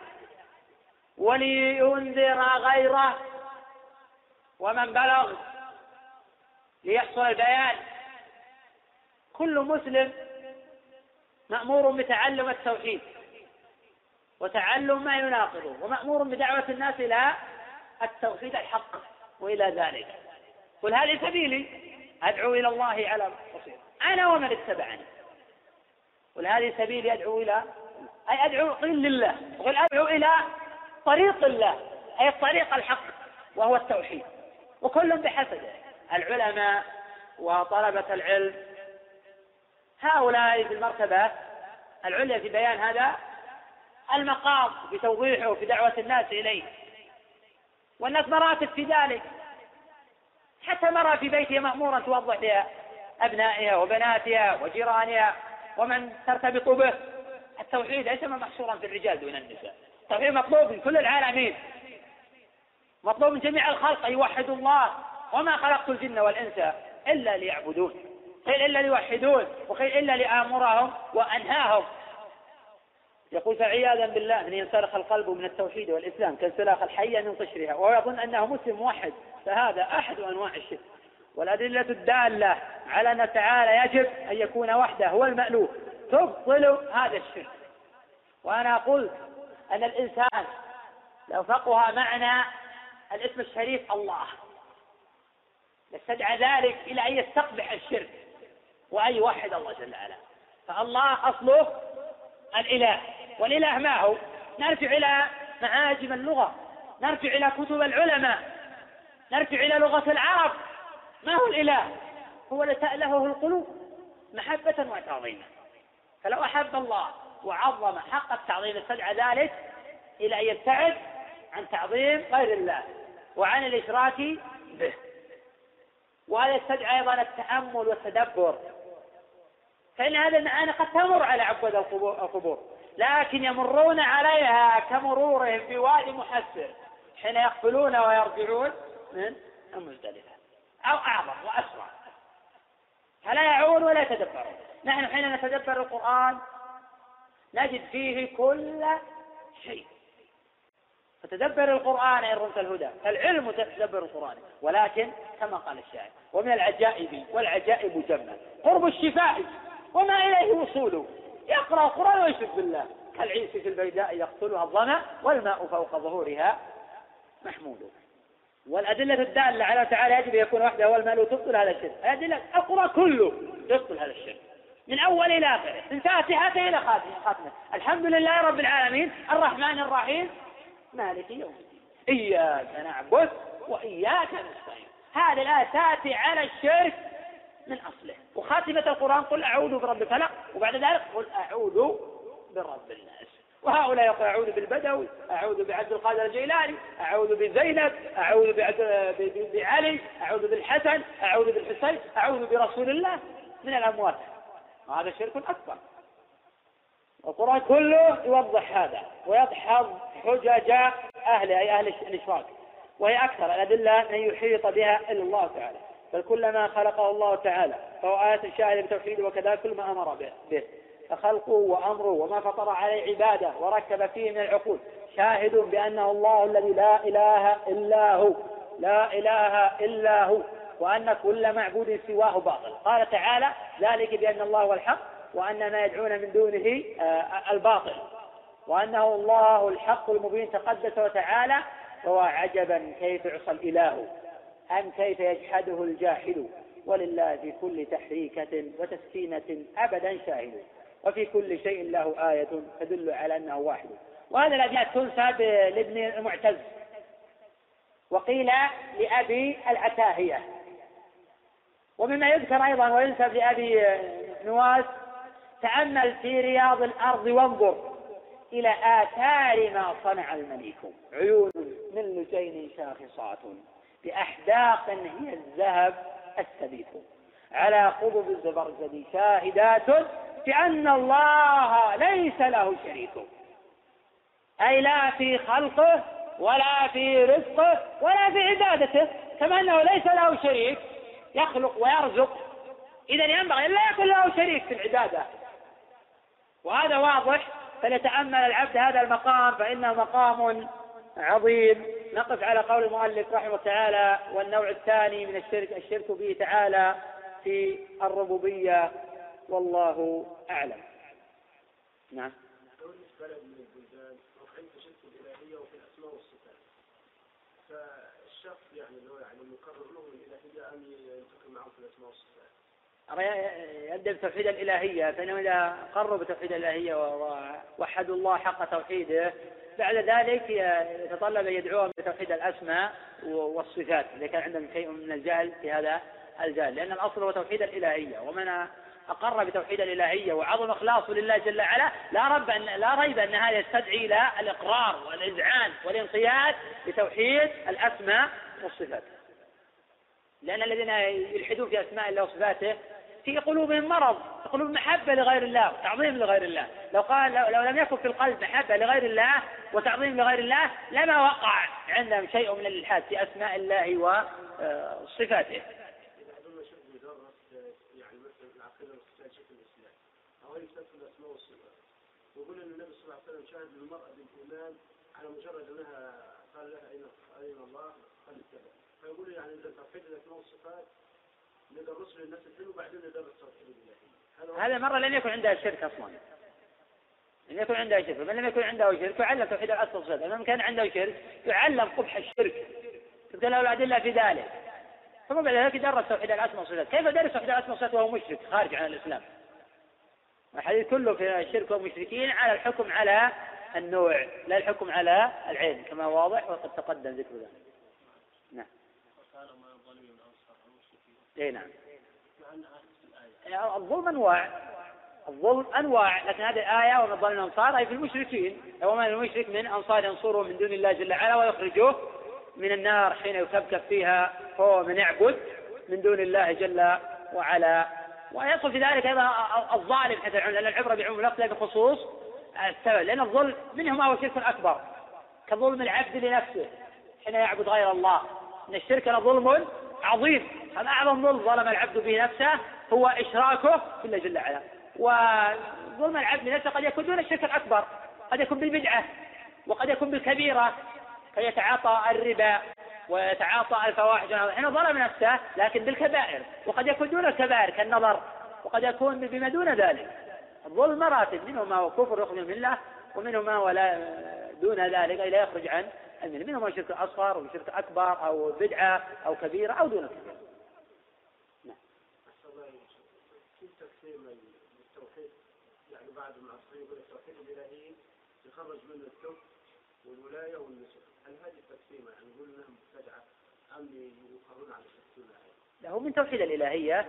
ولينذر غيره ومن بلغ ليحصل البيان. كل مسلم مأمور بتعلم التوحيد وتعلم ما يناقضه، ومأمور بدعوة الناس إلى التوحيد الحق وإلى ذلك. قل هذه سبيلي أدعو إلى الله على بصيرة أنا ومن اتبعني. قل هذه سبيلي أدعو إلى أي أدعو قل لله، وقل أدعو إلى طريق الله أي الطريق الحق وهو التوحيد، وكل بحسبه. العلماء وطلبة العلم هؤلاء في المرتبة العليا في بيان هذا المقام، في توضيحه وفي دعوة الناس إليه، والناس مراتب في ذلك. حتى مرأة في بيتها مأمورا توضح لأبنائها وبناتها وجيرانها ومن ترتبط به. التوحيد ليس محصورا في الرجال دون النساء، التوحيد مطلوب من كل العالمين، مطلوب من جميع الخلق أن يوحدوا الله. وما خلقت الجن والإنس إلا ليعبدون، قيل إلا ليوحدون، وقيل إلا لآمرهم وأنهاهم. يقول فعياذا بالله من ينسلخ القلب من التوحيد والإسلام كانسلاخ الحية من قشرها وهو يظن أنه مسلم موحد، فهذا أحد أنواع الشرك. والأدلة الدالة على أن تعالى يجب أن يكون وحده هو المألوف تبطل هذا الشرك. وأنا قلت أن الإنسان لو فقه معنى الاسم الشريف الله لاستدعى ذلك إلى أن يستقبح الشرك وأن يوحد الله جل وعلا. فالله أصله الإله، والإله ما هو؟ نرجع إلى معاجم اللغة، نرجع إلى كتب العلماء، نرجع إلى لغة العرب. ما هو الإله؟ هو الذي تألهه القلوب محبة وتعظيما. فلو أحب الله وعظم حق التعظيم استدعى ذلك إلى أن يبتعد عن تعظيم غير الله وعن الإشراك به. وهذا يستدعي أيضا التأمل والتدبر، فإن هذه المعاني قد تمر على عباد القبور لكن يمرون عليها كمرورهم في وادي محسر حين يقفلون ويرجعون من المزدلفة، أو أعظم وأسرع، فلا يعون ولا يتدبرون. نحن حين نتدبر القرآن نجد فيه كل شيء. فتدبر القرآن إن رمت الهدى، فالعلم تدبر القرآن. ولكن كما قال الشاعر ومن العجائب والعجائب جمة قرب الشفاء وما إليه وصوله، يقرأ القرآن ويشرك بالله كالعيس في البيداء يقتلها الظمأ والماء فوق ظهورها محمود. والأدلة الدالة على تعالى يجب يكون وحده هو المألوف تبطل هذا الشرك. الأدلة القرآن كله يبطل هذا الشرك من أول إلى آخره، من فاتحته إلى خاتمه. الحمد لله رب العالمين الرحمن الرحيم مالك يوم الدين إياك نعبد وإياك نستعين. هذه الآية تأتي على الشرك من أصله. وخاتمة القرآن قل أعوذ برب الفلق، وبعد ذلك قل أعوذ برب الناس. وهؤلاء يقول أعوذ بالبدوي، أعوذ بعبد القادر الجيلاني، أعوذ بزينب، أعوذ بعلي، أعوذ بالحسن، أعوذ بالحسين، أعوذ برسول الله من الأموات. وهذا شرك أكبر. القرآن كله يوضح هذا ويدحض حجج أهله أي أهل الإشراك، وهي أكثر الأدلة أن يحيط بها إلا الله تعالى. بل كل ما خلقه الله تعالى فهو آية شاهدة بتوحيده، وكذا كل ما أمر به فخلقه وأمره وما فطر عليه عباده وركب فيه من العقول شاهد بأنه الله الذي لا إله إلا هو، لا إله إلا هو، وأن كل معبود سواه باطل. قال تعالى ذلك بأن الله هو الحق وأن ما يدعون من دونه الباطل، وأنه الله الحق المبين تقدس وتعالى. وهو عجبا كيف يعصى الإله أم كيف يجحده الجاحد، ولله في كل تحريكة وتسكينة أبدا شاهد، وفي كل شيء له آية تدل على أنه واحد. وهذا الأبيات تنسب لابن المعتز، وقيل لأبي العتاهية. ومما يذكر أيضا وينسب لأبي نواس تأمل في رياض الأرض وانظر إلى آثار ما صنع المليك، عيون من لجين شاخصات بأحداق هي الذهب السبيك، على قضب الزبرجد شاهدات بأن الله ليس له شريك، أي لا في خلقه ولا في رزقه ولا في عبادته، كما أنه ليس له شريك يخلق ويرزق، إذن ينبغي أن لا يكون له شريك في العبادة. وهذا واضح، فليتأمل العبد هذا المقام فإنه مقام عظيم. نقف على قول المؤلف رحمه الله تعالى. والنوع الثاني من الشرك الشرك به تعالى في الربوبية، والله أعلم. نعم. بلد من البلدان وحين تشرك الإلهية وفي الأسماء والصفات، فالشخص يعني لو يعني يقرر له الإلهية أم ينتقل معه في الأسماء والصفات؟ يبدأ بتوحيد الإلهية، فإنه إذا قرروا بتوحيد الإلهية ووحدوا الله حق توحيده بعد ذلك يتطلب أن يدعوهم بتوحيد الأسماء والصفات إذا كان عندهم شيء من الجهل في هذا الجهل، لأن الأصل هو توحيد الإلهية. ومن أقر بتوحيد الإلهية وعظم إخلاصه لله جل وعلا لا ريب أن لا ريب أن هذا يستدعي إلى الإقرار والإذعان والانقياد بتوحيد الأسماء والصفات. لأن الذين يلحدون في أسماء الله وصفاته في قلوبهم مرض، في قلوبهم محبة لغير الله وتعظيم لغير الله. لو قال لو, لو لم يكن في القلب محبة لغير الله وتعظيم لغير الله لما وقع عندهم شيء من الإلحاد في أسماء الله وصفاته. يعني مثلا العقيدة والصفات شكل الإسلام أو يثبت الأسماء والصفات، ويقول أن النبي صلى الله عليه وسلم شاهد للمرأة بالإيمان على مجرد أنها قال لها أين أين الله قال كذا، فيقول يعني إذا توحيد الأسماء والصفات ندرس للناس الحلو وبعدين ندرس توحيد الإلهية. هذا مرة لم يكن عندها شرك أصلا، لم يكن عندها شرك، من لم يكن عنده شرك يعلم توحيد الأسماء والصفات، من كان عنده شرك يعلم قبح الشرك، تبقى له الأدلة في ذلك، ثم بعد ذلك يدرس توحيد الأسماء والصفات. كيف درس توحيد الأسماء والصفات وهو مشرك خارج عن الإسلام؟ الحديث كله في الشرك والمشركين على الحكم على النوع لا الحكم على العين كما واضح وقد تقدم ذكر ذلك. نعم. اي نعم. الظلم انواع، الظلم انواع، لكن هذه الآية ومن ظلم الأنصار أي في المشركين، ومن المشرك من أنصار ينصره من دون الله جل وعلا ويخرجوه من النار حين يكبكب فيها هو من يعبد من دون الله جل وعلا. ويدخل في ذلك أيضا الظالم حتى لأن العبرة بعموم اللفظ لا بخصوص السبب، لأن الظلم منهما هو شرك أكبر كظلم العبد لنفسه حين يعبد غير الله، إن الشرك ظلم عظيم، هذا أعظم ظلم ظلم العبد به نفسه هو إشراكه بالله جل وعلا. وظلم العبد لنفسه قد يكون دون الشرك الأكبر، قد يكون بالبدعة وقد يكون بالكبيرة فيتعاطى الربا ويتعاطى الفواحش حين ظلم نفسه، لكن بالكبائر، وقد يكون دون الكبائر كالنظر، وقد يكون بما دون ذلك. الظلم مراتب، منه ما هو كفر يخرج من الله، ومنه ما هو لا دون ذلك لا يخرج عن المله، منه ما هو شرك أصغر وشرك أكبر أو بدعة أو كبيرة أو دون كبيرة. نعم. كيف تقسيم التوحيد؟ يعني بعد المعصية يقول التوحيد الإلهي يخرج منه الكفر والولاية والنصر، هل هذه التقسيمة يعني نقول انهم مبتدعة ام يقرون على التقسيمة هذه؟ له من توحيد الإلهية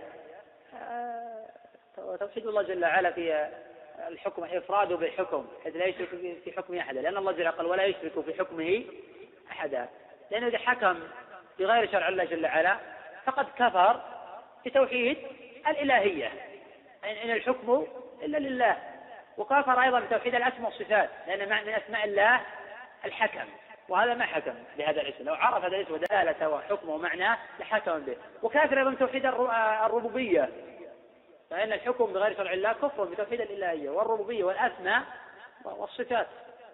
توحيد الله جل وعلا في الحكم، إفراده بالحكم حيث لا يشرك في حكمه أحدا، لأن الله جل وعلا ولا يشرك في حكمه أحدا، لأنه إذا حكم بغير شرع الله جل وعلا فقد كفر بتوحيد الإلهية، إن الحكم إلا لله، وكفر أيضا بتوحيد الأسماء والصفات، لأن من أسماء الله الحكم، وهذا ما حكم بهذا الاسم، لو عرف هذا الاسم ودلالته وحكمه ومعناه لحكم به. وكافر أيضا توحيد الربوبية، فإن الحكم بغير شرع الله كفر بتوحيد الإلهية والربوبية والأسماء والصفات.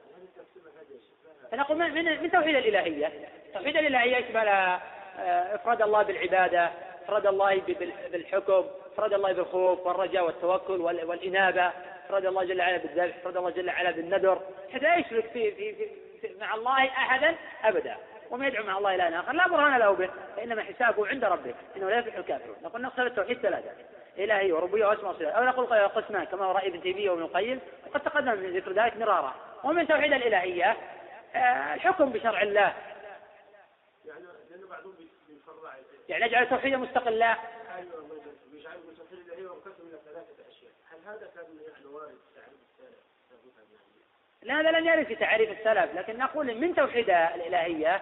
فنقول من من توحيد الإلهية، توحيد الإلهية يشمل إفراد الله بالعبادة، إفراد الله بالحكم، إفراد الله بالخوف والرجاء والتوكل والإنابة، إفراد الله جل وعلا بالذبح، إفراد الله جل وعلا بالنذر، حتى لا يشرك في, في, في, في مع الله أحدا أبدا، ومن يدعو مع الله إلى آخر لا برهان له به فإنما حسابه عند ربه إنه لا يفلح الكافرون. نقول نقسم التوحيد ثلاثة، إلهي وربوبية وأسماء وصفات، أو نقول قسمان كما هو رأي ابن تيمية وابن القيم وقد تقدم من ذكر ذلك مرارا. ومن توحيد الإلهية الحكم بشرع الله، يعني لأنه بعضهم بيفرع يعني يجعل توحيدا مستقلا. أيوة بيجعل توحيد الإلهية وقسم إلى ثلاثة أشياء، هل هذا كان يعني وارد تعريف السلف؟ لا هذا لم يرد في تعريف السلف، لكن نقول من توحيد الإلهية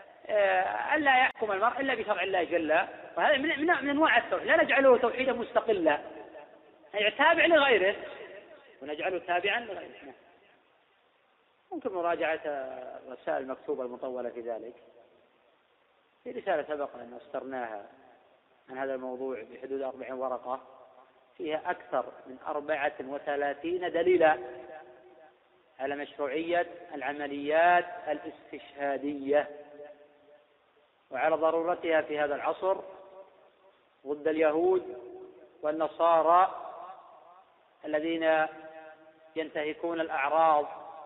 ألا يحكم المرء إلا بشرع الله جل، وهذا من من أنواع التوحيد، لا نجعله توحيدا مستقلا أي تابع لغيره ونجعله تابعا لغيره. ممكن مراجعة الرسائل المكتوبة المطولة في ذلك، في رسالة سبق أن أسترناها عن هذا الموضوع بحدود أربعين ورقة فيها أكثر من أربعة وثلاثين دليلا على مشروعية العمليات الاستشهادية وعلى ضرورتها في هذا العصر ضد اليهود والنصارى الذين ينتهكون الأعراض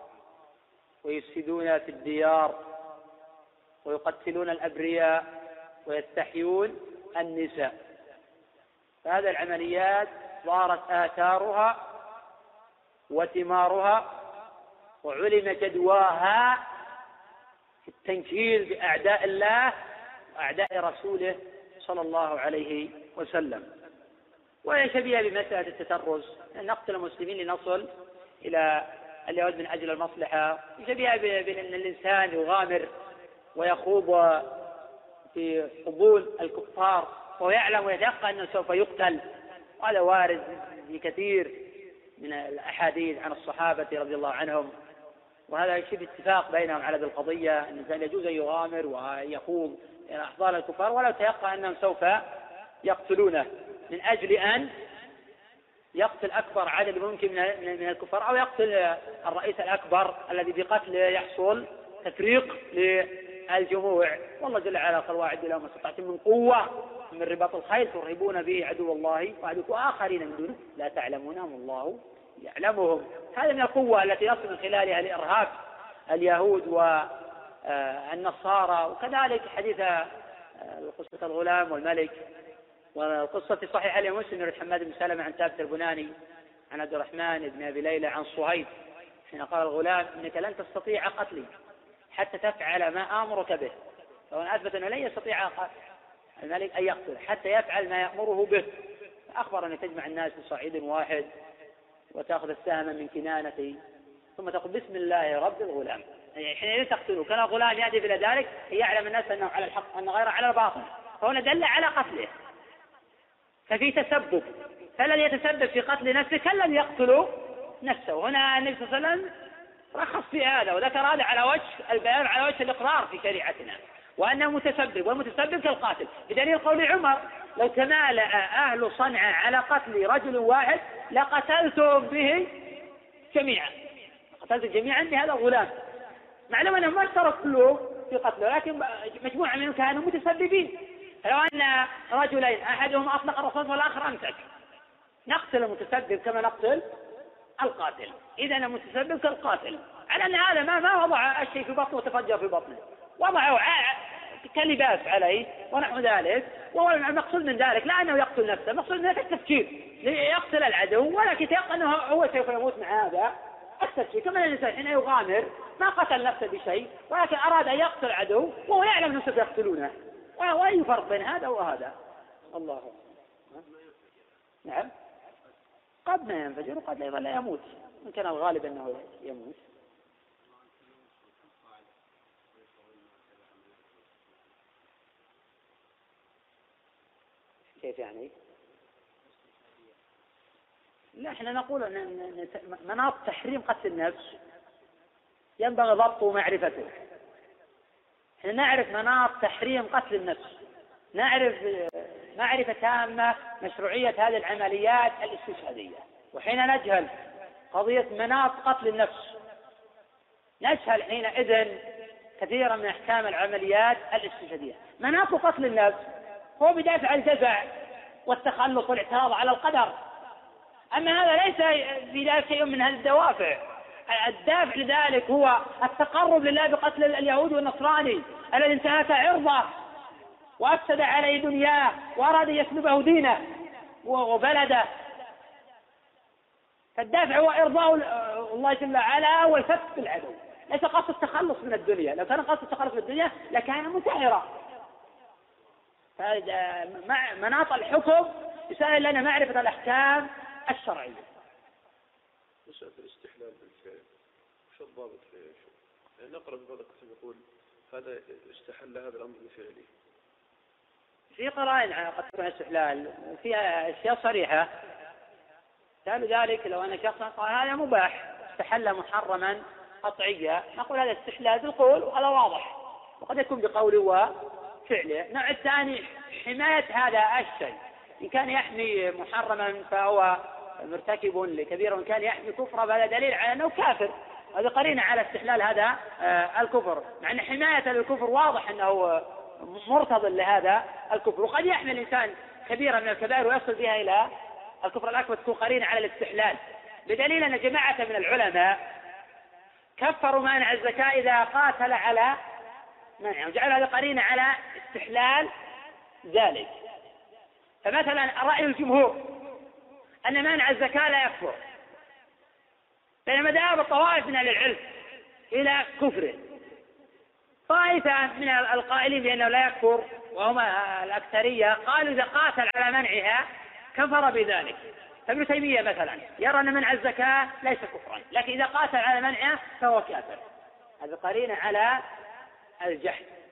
ويفسدون في الديار ويقتلون الأبرياء ويستحيون النساء. فهذه العمليات ظهرت آثارها وثمارها وعلم جدواها في التنكيل بأعداء الله وأعداء رسوله صلى الله عليه وسلم. وهي شبيهة بمسألة التترس، أن نقتل المسلمين لنصل إلى اليهود من أجل المصلحة، شبيهة بأن الإنسان يغامر ويخوض في قبول الكفار وهو يعلم ويتيقن أنه سوف يقتل، وهذا وارد في كثير من الأحاديث عن الصحابة رضي الله عنهم، وهذا شبه اتفاق بينهم على هذه القضية، أن الإنسان يجوز أن يغامر ويخوض إلى أحضان الكفار ولو تيقن أنهم سوف يقتلونه، من أجل أن يقتل أكبر عدد ممكن من الكفار، أو يقتل الرئيس الأكبر الذي بقتله يحصل تفريق للجموع. والله جل وعلا قال: واعدوا لهم ما استطعتم من قوة من رباط الخيل ترهبون به عدو الله وعدوكم آخرين من دونه لا تعلمونهم الله يعلمهم. هذا من القوة التي يصل من خلالها لإرهاب اليهود والنصارى. وكذلك حديث قصة الغلام والملك، وقصة صحيحة لمسلم من حماد بن سلمة عن ثابت البناني عن عبد الرحمن بن أبي ليلى عن صهيب حين قال الغلام: إنك لن تستطيع قتلي حتى تفعل ما آمرك به. فهو أثبت أنه لن يستطيع الملك أن يقتل حتى يفعل ما يأمره به. فأخبر أن تجمع الناس في صعيد واحد وتأخذ السهم من كنانته ثم تقول: بسم الله رب الغلام. يعني حين تقتله كان الغلام يأتي إلى ذلك يعلم الناس أنه على الحق أن غيره على الباطل، فهنا دل على قتله. ففي تسبب، فلن يتسبب في قتل نفسه كلن يقتل نفسه. هنا النبي صلى الله عليه وسلم رخص في هذا وذكر هذا على وجه البيان، على وجه الإقرار في شريعتنا، وأنه متسبب، والمتسبب كالقاتل، بدليل قول عمر: لو تمالأ أهل صنعاء على قتل رجل واحد لقتلتم به جميعا، قتلت جميعا بهذا الغلام، معلوم أنهم ما اشتركوا كلهم في قتله، لكن مجموعة منهم كانوا متسببين. فلو أن رجلين أحدهم أطلق الرصاص والآخر أمسك، نقتل المتسبب كما نقتل القاتل. إذا المتسبب كالقاتل، على أن هذا ما ما وضع الشيء في بطنه وتفجر في بطنه، وضعه كلباس عليه ونحو ذلك. وهو المقصود من ذلك لا أنه يقتل نفسه، المقصود من ذلك التفكير ليقتل العدو، ولكن يتيقن أنه هو سوف يموت مع هذا التفكير. كما الإنسان حين يغامر ما قتل نفسه بشيء ولكن أراد أن يقتل عدو وهو يعلم أنه سوف يقتلونه، وأي فرق بين هذا وهذا؟ الله نعم، قد ما ينفجر وقد أيضا لا يموت، إن كان الغالب أنه يموت. كيف يعني؟ لا، احنا نقول أن مناط تحريم قتل النفس ينبغي ضبطه ومعرفته. احنا نعرف مناط تحريم قتل النفس، نعرف معرفة تامة مشروعية هذه العمليات الاستشهادية. وحين نجهل قضية مناط قتل النفس نجهل حينئذ كثيرا من أحكام العمليات الاستشهادية. مناط قتل النفس هو بدافع الجزع والتخلص والاعتراض على القدر، أما هذا ليس في ذلك شيء من هذه الدوافع. الدافع لذلك هو التقرب لله بقتل اليهود والنصراني الذي انتهك عرضه وأفسد عليه دنياه وأراد يسلبه دينه وبلده. فالدافع هو إرضاء الله جل وعلا والفتح بالعدو، ليس قصد التخلص من الدنيا. لو كان قصد التخلص من الدنيا لكان منتحرا. مناط الحكم يسأل لنا معرفة الأحكام الشرعية. مسألة الاستحلال بالفعل وش الضابط فيه؟ يعني نقرأ في بعض الكتب يقول هذا استحل هذا الأمر بفعله. في قرائن قد تكون استحلال وفيها أشياء صريحة. مثال ذلك لو أن شخصا قال هذا مباح استحل محرما قطعيا، نقول هذا استحلال بالقول وهذا واضح، وقد يكون بقوله وفعله. النوع الثاني حماية هذا الشيء، إن كان يحمي محرما فهو مرتكب لكبير، وإن كان يحمي كفر فهذا دليل على أنه كافر. هذه قرينة على استحلال هذا الكفر، مع أن حماية الكفر واضح أنه مرتض لهذا الكفر. وقد يحمل الإنسان كبيرا من الكبائر ويصل بها إلى الكفر الأكبر، تكون قرينة على الاستحلال، بدليل أن جماعة من العلماء كفروا مانع الزكاة إذا قاتل على منع، وجعلوا هذه قرينة على استحلال ذلك. فمثلا رأي الجمهور أن مانع الزكاة لا يكفر، بينما ذهب الطوائف من أهل العلم إلى كفره. طائفة من القائلين بأنه لا يكفر وهم الأكثرية قالوا إذا قاتل على منعها كفر بذلك. فابن تيمية مثلا يرى أن منع الزكاة ليس كفرا، لكن إذا قاتل على منعها فهو كافر. هذا قرينة على الجحد.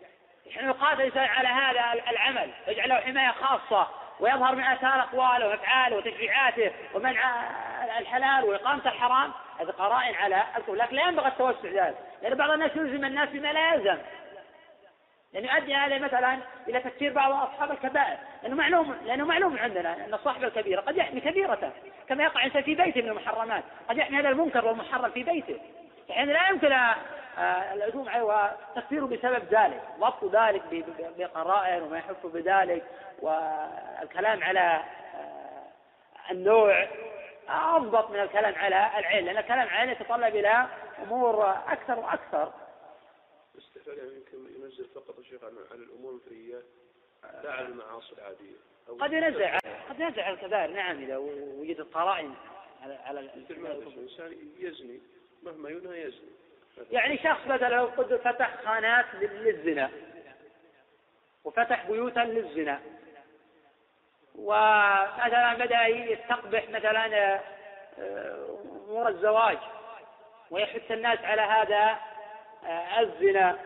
حين يقاتل الإنسان على هذا العمل يجعل له حماية خاصة ويظهر من آثار أقواله وأفعاله وتشريعاته ومنع الحلال وإقامة الحرام، هذا قرائن على الكفر. لكن لا ينبغي التوسع ذلك، لأن بعض الناس يلزم الناس بما لا يلزم، لأنه يؤدي هذا مثلا إلى تفسير بعض أصحاب الكبائر، لأنه معلوم لأنه معلوم عندنا أن صاحب الكبيرة قد يحمي كبيرته، كما يقع إنسان في بيته من المحرمات قد يحمي هذا المنكر والمحرم في بيته، يعني لا يمكن الهجوم عليه وتفسيره بسبب ذلك، ضبط ذلك بقرائن وما يحف بذلك، والكلام على النوع أضبط من الكلام على العين، لأن الكلام على العين يتطلب إلى أمور أكثر وأكثر. استفادة يمكن ينزل فقط الشيخ على الأمور الفرية لا على المعاصي العادية. قد ينزل قد ينزل على الكبائر، نعم، إذا وجدت قرائن على على الإنسان يزني مهما ينهى يزني. يعني شخص مثلا لو قد فتح خانات للزنا وفتح بيوتا للزنا، ومثلا بدأ يستقبح مثلا أمور الزواج ويحث الناس على هذا الزنا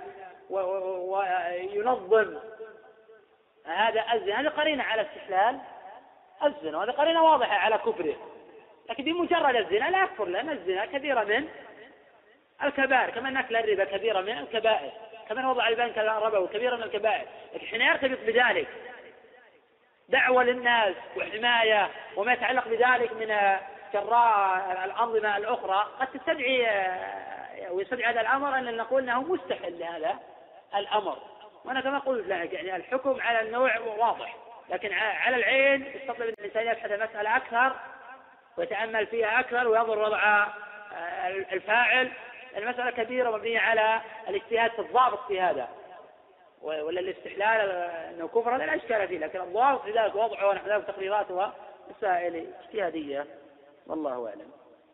وينظم هذا الزنا، هذه قرينة على استحلال الزنا، وهذه قرينة واضحة على كفره. لكن بمجرد الزنا لا يكفر، لأن الزنا كبيرة من الكبائر، كما أن أكل الربا كبيرة من الكبائر، كما وضع البنك الربوي كبيرة من الكبائر. لكن حين يرتبط بذلك دعوة للناس وحماية وما يتعلق بذلك من جراء الأنظمة الأخرى قد تستدعي ويستدعي هذا الأمر أن نقول أنه مستحل لهذا الأمر. وأنا كما قلت لك يعني الحكم على النوع واضح، لكن على العين يستطيع الإنسان يبحث المسألة أكثر ويتأمل فيها أكثر وينظر وضع الفاعل. المسألة كبيرة مبنية على الاجتهاد في الضابط في هذا، ولا الاستحلال أنه كفر لا إشكال فيه، لكن الضابط في ذلك وضعه ونحن ذلك تقريراتها مسائل اجتهادية والله أعلم.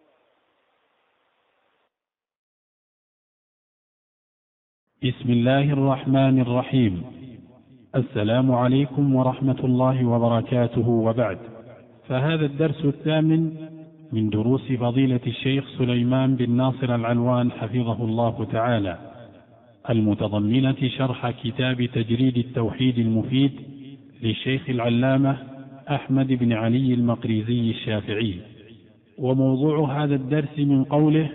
بسم الله الرحمن الرحيم. السلام عليكم ورحمة الله وبركاته، وبعد، فهذا الدرس الثامن من دروس فضيلة الشيخ سليمان بن ناصر العلوان حفظه الله تعالى، المتضمنة شرح كتاب تجريد التوحيد المفيد للشيخ العلامة أحمد بن علي المقريزي الشافعي. وموضوع هذا الدرس من قوله: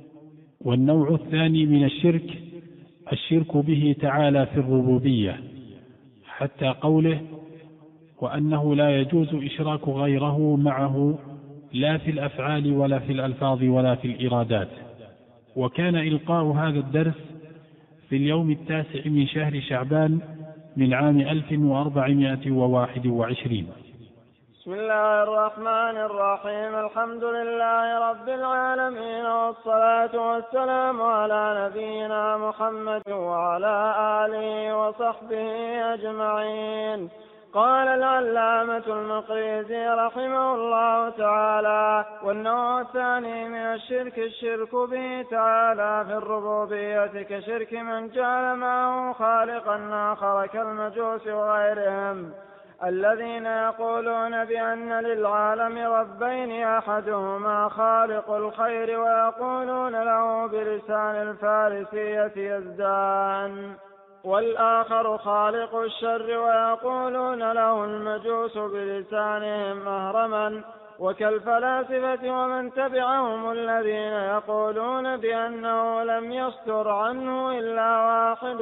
والنوع الثاني من الشرك الشرك به تعالى في الربوبية، حتى قوله: وأنه لا يجوز إشراك غيره معه لا في الأفعال ولا في الألفاظ ولا في الإرادات. وكان إلقاء هذا الدرس في اليوم التاسع من شهر شعبان من عام ألف وأربعمائة وواحد وعشرين. بسم الله الرحمن الرحيم. الحمد لله رب العالمين، والصلاة والسلام على نبينا محمد وعلى آله وصحبه أجمعين. قال العلامة المقريزي رحمه الله تعالى: والنوع الثاني من الشرك الشرك به تعالى في الربوبية، كشرك من جعل معه خالقا آخر كالمجوس وغيرهم، الذين يقولون بأن للعالم ربين، أحدهما خالق الخير ويقولون له بلسان الفارسية يزدان، والآخر خالق الشر ويقولون له المجوس بلسانهم مهرما، وكالفلاسفة ومن تبعهم الذين يقولون بأنه لم يصدر عنه إلا واحد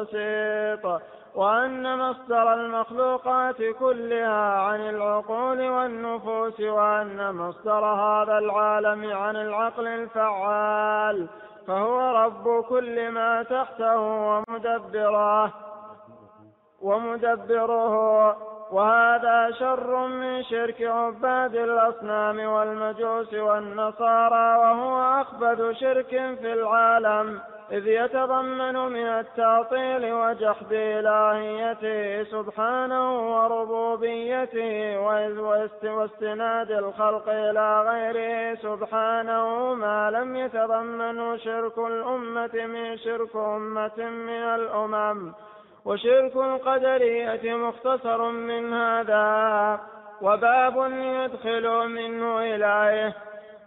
بسيط، وأن مصدر المخلوقات كلها عن العقول والنفوس، وأن مصدر هذا العالم عن العقل الفعال، فهو رب كل ما تحته ومدبره ومدبره وهذا شر من شرك عباد الأصنام والمجوس والنصارى، وهو أخبث شرك في العالم، إذ يتضمن من التعطيل وجحد إلهيته سبحانه وربوبيته واستناد الخلق إلى غيره سبحانه ما لم يتضمن شرك الأمة من شرك أمة من الأمم. وشرك القدرية مختصر من هذا، وباب يدخل منه إليه.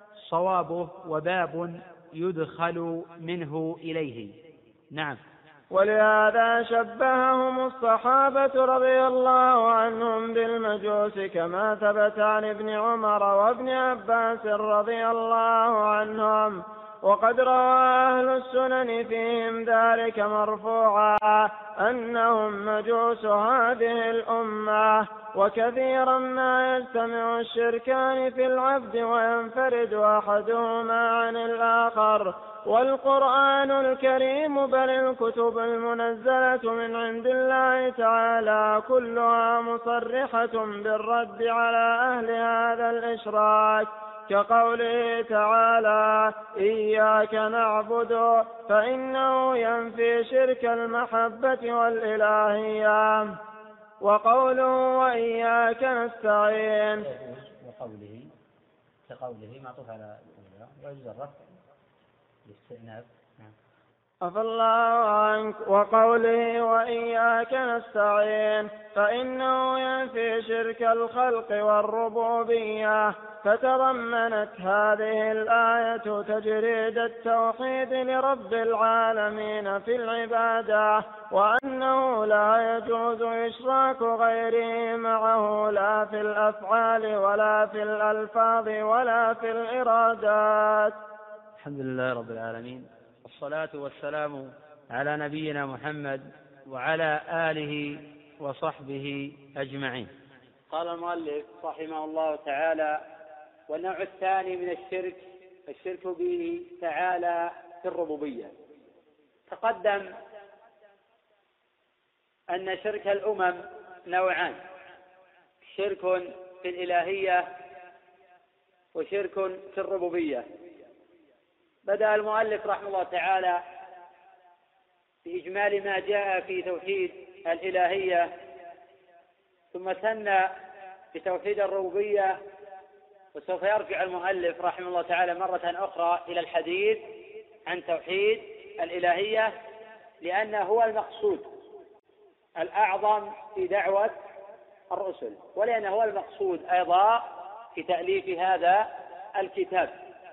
صوابه وباب يدخل منه إليه. نعم. ولهذا شبههم الصحابة رضي الله عنهم بالمجوس كما ثبت عن ابن عمر وابن عباس رضي الله عنهم. وقد روى أهل السنن فيهم ذلك مرفوعا أنهم مجوس هذه الأمة. وكثيرا ما يجتمع الشركان في العبد وينفرد أحدهما عن الآخر، والقرآن الكريم بل الكتب المنزلة من عند الله تعالى كلها مصرحة بالرد على أهل هذا الإشراك، كقوله تعالى إياك نعبد، فإنه ينفي شرك المحبة والإلهية. وقوله وإياك نستعين وقوله كقوله معطوف على الأولى ويجوز الرفع للاستئناف. عفى الله عنك. وقوله وإياك نستعين فإنه ينفي شرك الخلق والربوبية. فتضمنت هذه الآية تجريد التوحيد لرب العالمين في العبادة، وأنه لا يجوز إشراك غيره معه لا في الأفعال ولا في الألفاظ ولا في الإرادات. الحمد لله رب العالمين، والصلاة والسلام على نبينا محمد وعلى آله وصحبه أجمعين. قال المؤلف رحمه الله تعالى: والنوع الثاني من الشرك الشرك به تعالى في الربوبية. تقدم أن شرك الأمم نوعان: شرك في الإلهية وشرك في الربوبية. بدأ المؤلف رحمه الله تعالى بإجمال ما جاء في توحيد الإلهية، ثم ثنى بتوحيد الربوبية، وسوف يرجع المؤلف رحمه الله تعالى مرة أخرى إلى الحديث عن توحيد الإلهية، لأنه هو المقصود الأعظم في دعوة الرسل، ولأنه هو المقصود أيضا في تأليف هذا الكتاب.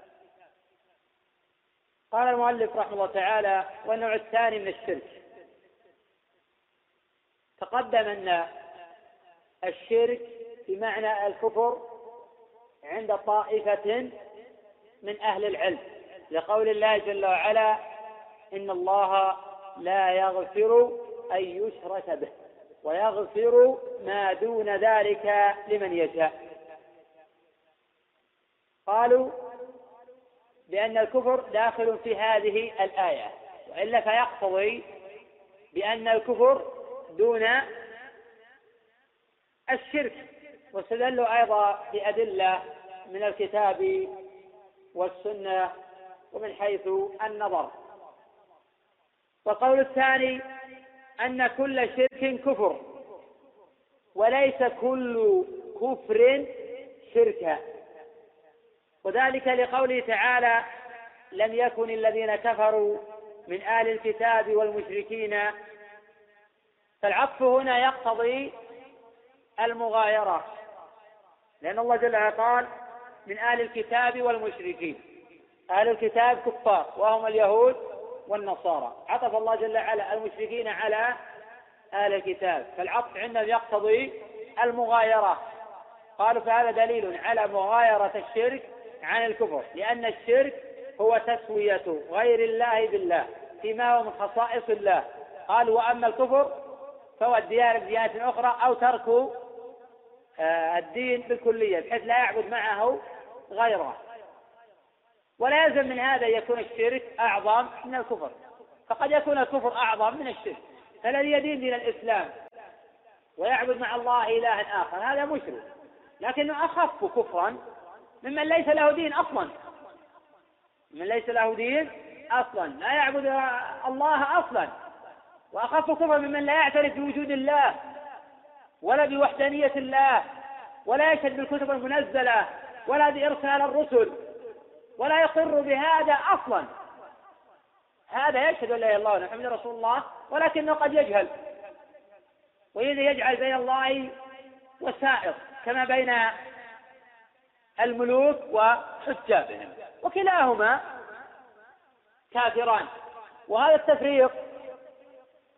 قال المؤلف رحمه الله تعالى: والنوع الثاني من الشرك. تقدم أن الشرك بمعنى الكفر عند طائفة من أهل العلم، لقول الله جل وعلا: إن الله لا يغفر أن يشرك به ويغفر ما دون ذلك لمن يشاء. قالوا بأن الكفر داخل في هذه الآية، وإلا فيقتضي بأن الكفر دون الشرك. واستدلوا أيضا بأدلة من الكتاب والسنة ومن حيث النظر. والقول الثاني أن كل شرك كفر، وليس كل كفر شركا، وذلك لقوله تعالى: لم يكن الذين كفروا من أهل الكتاب والمشركين. فالعطف هنا يقتضي المغايرة، لأن الله جل وعلا قال: من أهل الكتاب والمشركين. أهل الكتاب كفار وهم اليهود والنصارى، عطف الله جل وعلا المشركين على أهل الكتاب، فالعطف عندهم يقتضي المغايرة. قالوا فهذا دليل على مغايرة الشرك عن الكفر، لأن الشرك هو تسوية غير الله بالله فيما هو من خصائص الله. قالوا وأما الكفر فهو الديانة بديانة أخرى، أو ترك الدين بالكلية بحيث لا يعبد معه غيره. ولا يلزم من هذا يكون الشرك أعظم من الكفر، فقد يكون الكفر أعظم من الشرك. فالذي يدين دين الإسلام ويعبد مع الله إلها آخر هذا مشرك، لكنه أخف كفرا ممن ليس له دين أصلا، من ليس له دين أصلا لا يعبد الله أصلا، وأخف كفرا ممن لا يعترف بوجود الله ولا بوحدانية الله، ولا يشهد بالكتب المنزلة ولا بإرسال الرسل، ولا يقر بهذا أصلا. هذا يشهد أن لا إله إلا الله ومحمد رسول الله، ولكنه قد يجهل ويريد يجعل بين الله وسائط كما بين الملوك وحجابهم، وكلاهما كافران. وهذا التفريق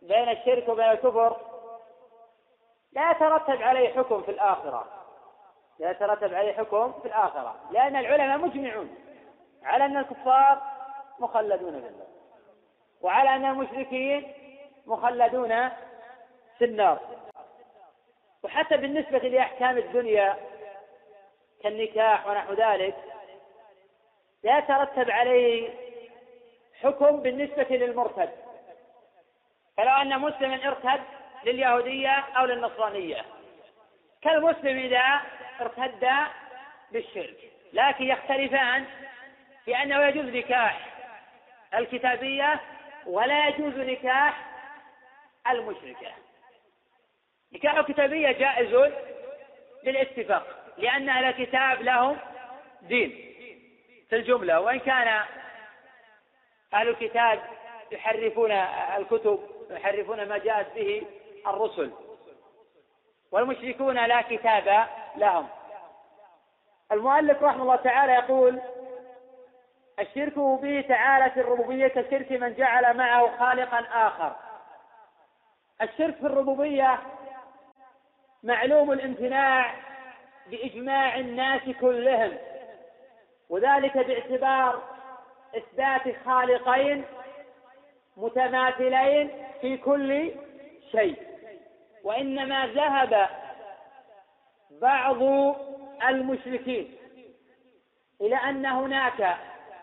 بين الشرك وبين الكفر لا يترتب عليه حكم في الآخرة، لا يترتب عليه حكم في الآخرة، لأن العلماء مجمعون على أن الكفار مخلدون في النار، وعلى أن المشركين مخلدون في النار. وحتى بالنسبة لأحكام الدنيا كالنكاح ونحو ذلك لا يترتب عليه حكم بالنسبة للمرتد، فلو أن مسلما ارتد لليهودية أو للنصرانية كالمسلم إذا ارتد بالشرك، لكن يختلفان في أنه يجوز نكاح الكتابية ولا يجوز نكاح المشركة. نكاح الكتابية جائز بالاتفاق لأن أهل الكتاب لهم دين في الجملة، وإن كان أهل الكتاب يحرفون الكتب يحرفون ما جاءت به الرسل، والمشركون لا كتاب لهم. المؤلف رحمه الله تعالى يقول: الشرك به تعالى في الربوبية كشرك من جعل معه خالقا آخر. الشرك في الربوبية معلوم الامتناع بإجماع الناس كلهم، وذلك باعتبار إثبات خالقين متماثلين في كل شيء. وإنما ذهب بعض المشركين إلى أن هناك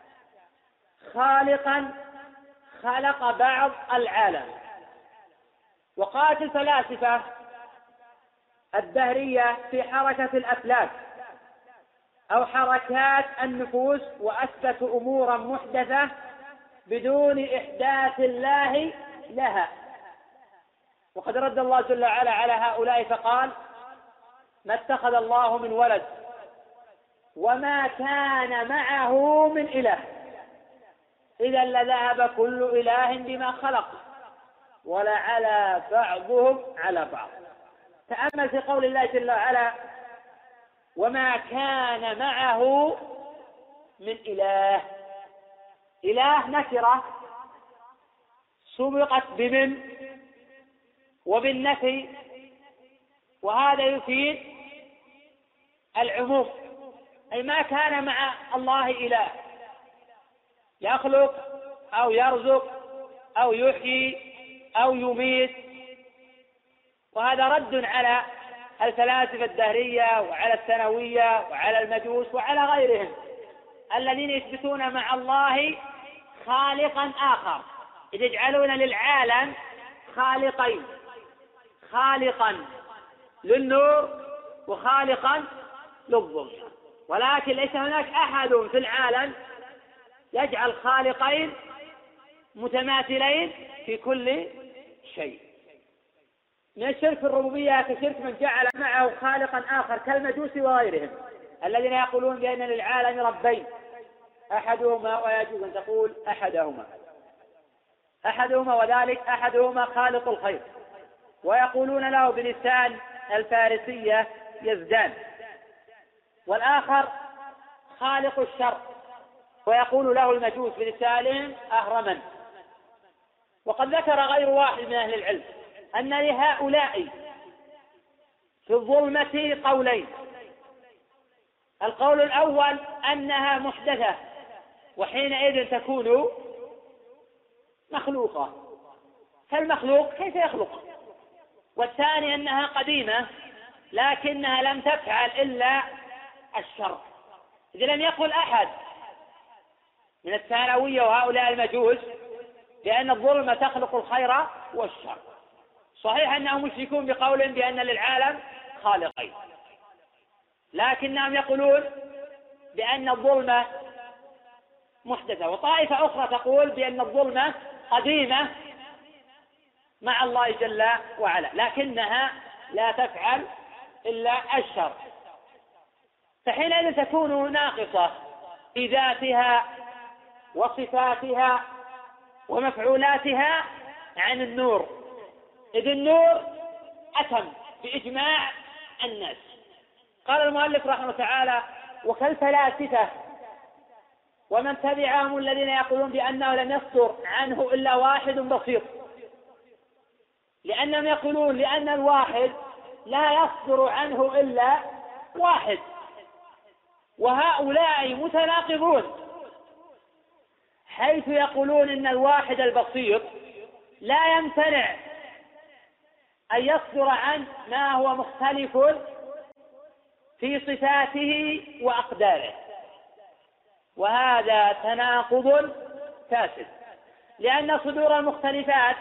خالقا خلق بعض العالم، وقالت الفلاسفة الدهرية في حركة الأفلاك أو حركات النفوس وأثبتوا أمورا محدثة بدون إحداث الله لها. وقد رد الله جل وعلا على هؤلاء فقال: ما اتخذ الله من ولد وما كان معه من إله إذا لذهب كل إله بما خلق ولعلى بعضهم على بعض. تأمل في قول الله جل وعلا: وما كان معه من إله. إله نكرة سبقت بمن وبالنفي، وهذا يفيد العموم، أي ما كان مع الله إله يخلق أو يرزق أو يحيي أو يميت. وهذا رد على الفلاسفة الدهرية وعلى الثانوية وعلى المجوس وعلى غيرهم الذين يثبتون مع الله خالقا آخر، إذ يجعلون للعالم خالقين، خالقا للنور وخالقا للظلمة، ولكن ليس هناك أحد في العالم يجعل خالقين متماثلين في كل شيء. من الشرك في الربوبية كشرك من جعل معه خالقا آخر كالمجوس وغيرهم الذين يقولون بأن للعالم ربين أحدهما، ويجوز أن تقول أحدهما أحدهما وذلك أحدهما خالق الخير، ويقولون له بلسان الفارسية يزدان، والآخر خالق الشر ويقول له المجوس بلسانهم أهرمن. وقد ذكر غير واحد من أهل العلم أن لهؤلاء في الظلمة قولين: القول الأول أنها محدثة وحينئذ تكون مخلوقة، فالمخلوق كيف يخلق؟ والثاني أنها قديمة لكنها لم تفعل إلا الشر. إذا لم يقل أحد من الثانوية وهؤلاء المجوس بأن الظلمة تخلق الخير والشر. صحيح أنهم مشركون بقول بأن للعالم خالقين، لكنهم يقولون بأن الظلمة محدثة. وطائفة أخرى تقول بأن الظلمة قديمة مع الله جل وعلا لكنها لا تفعل إلا الشر، فحينئذ تكون ناقصة في ذاتها وصفاتها ومفعولاتها عن النور، إذ النور أتم بإجماع الناس. قال المؤلف رحمه الله تعالى: وكالفلاسفة ومن تبعهم الذين يقولون بأنه لم يصدر عنه إلا واحد بسيط، لأنهم يقولون لأن الواحد لا يصدر عنه إلا واحد، وهؤلاء متناقضون، حيث يقولون إن الواحد البسيط لا يمتنع أن يصدر عنه ما هو مختلف في صفاته وأقداره، وهذا تناقض فاسد، لأن صدور المختلفات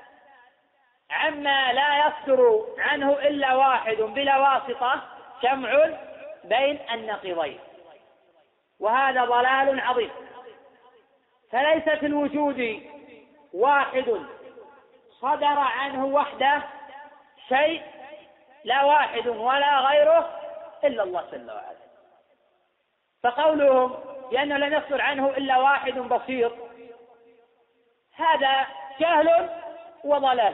عما لا يصدر عنه إلا واحد بلا واسطة جمع بين النقيضين، وهذا ضلال عظيم. فليس في الوجود واحد صدر عنه وحده شيء، لا واحد ولا غيره إلا الله جل وعلا. فقولهم لأنه لم يصدر عنه إلا واحد بسيط هذا جهل وضلال،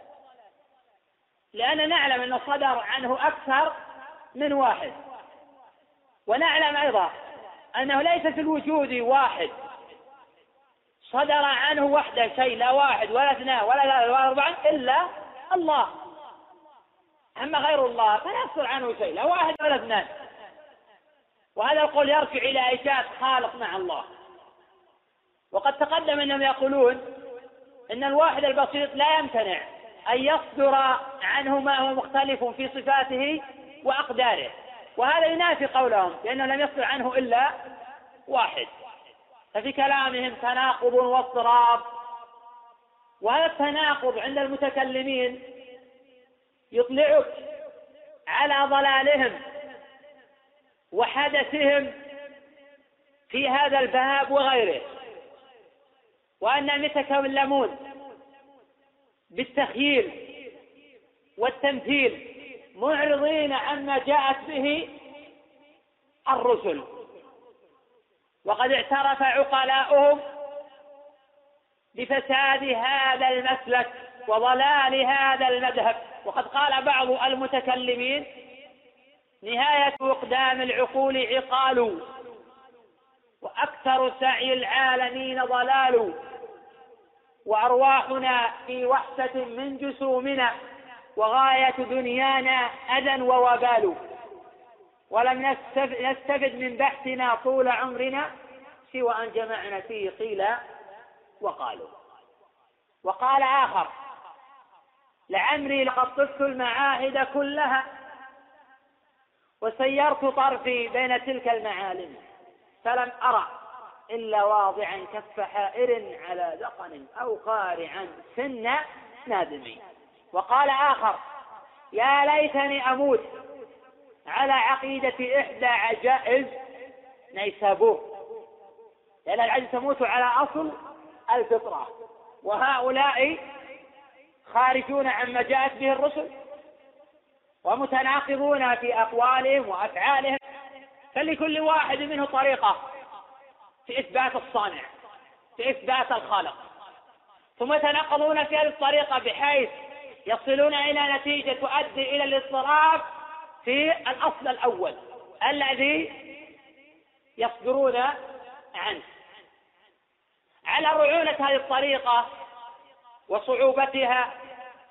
لأننا نعلم أن صدر عنه أكثر من واحد، ونعلم أيضا أنه ليس في الوجود واحد صدر عنه وحده شيء، لا واحد ولا اثنان ولا ثلاثة ولا أربعة إلا الله. أما غير الله فلا يصدر عنه شيء، لا واحد ولا اثنان. وهذا القول يرجع إلى إيجاد خالق مع الله. وقد تقدم أنهم يقولون إن الواحد البسيط لا يمتنع أن يصدر عنه ما هو مختلف في صفاته وأقداره، وهذا ينافي قولهم لأنه لم يصدر عنه إلا واحد. ففي كلامهم تناقض واضطراب، وهذا التناقض عند المتكلمين يطلعك على ضلالهم وحدثهم في هذا الباب وغيره، وأنهم يتكلمون بالتخييل والتمثيل معرضين عما جاءت به الرسل. وقد اعترف عقلاؤهم بفساد هذا المسلك وضلال هذا المذهب. وقد قال بعض المتكلمين نهاية إقدام العقول عقال، وأكثر سعي العالمين ضلال، وأرواحنا في وحشة من جسومنا، وغاية دنيانا أذى ووبال، ولم نستفد من بحثنا طول عمرنا سوى أن جمعنا فيه قيل وقالوا. وقال آخر لعمري لقد طفت المعاهد كلها وسيرت طرفي بين تلك المعالم، فلم أرى إلا واضعا كف حائر على ذقن أو قارعا سن نادمي. وقال آخر يا ليتني أموت على عقيدة إحدى عجائز نيسابور، لأن العجز تموت على أصل الفطرة، وهؤلاء خارجون عما جاءت به الرسل ومتناقضون في أقوالهم وأفعالهم. فلكل واحد منه طريقة في إثبات الصانع، في إثبات الخالق، ثم يتناقضون في هذه الطريقة بحيث يصلون إلى نتيجة تؤدي إلى الاضطراب في الأصل الأول الذي يصدرون عنه. على رعونة هذه الطريقة وصعوبتها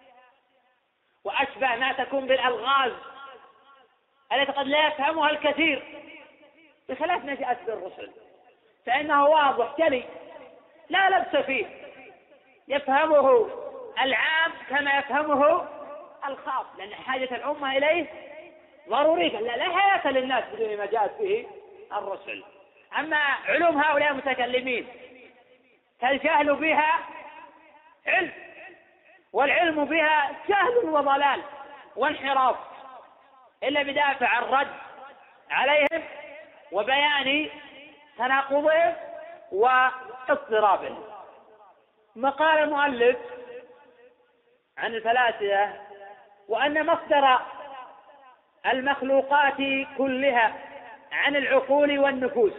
وأشبه ما تكون بالألغاز التي قد لا يفهمها الكثير بخلاف ما جاءت بالرسل، فإنه واضح جلي لا لبس فيه، يفهمه العام كما يفهمه الخاص، لأن حاجة الأمة إليه ضرورية، لا, لا حياة للناس بدون ما جاءت به الرسل. أما علوم هؤلاء المتكلمين فالجهل بها علم، والعلم بها جهل وضلال وانحراف، إلا بدافع الرد عليهم وبيان تناقضهم واضطرابهم. ما قال المؤلف عن الفلاسفة وأن مصدر المخلوقات كلها عن العقول والنفوس،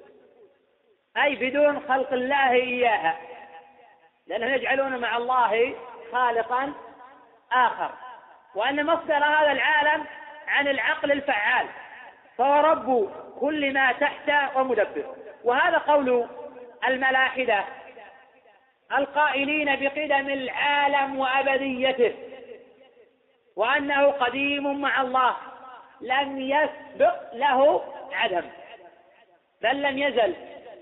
أي بدون خلق الله إياها، لأنهم يجعلون مع الله خالقا آخر، وأن مصدر هذا العالم عن العقل الفعال، فهو رب كل ما تحت ومدبر. وهذا قول الملاحدة القائلين بقدم العالم وأبديته وأنه قديم مع الله لم يسبق له عدم، بل لم يزل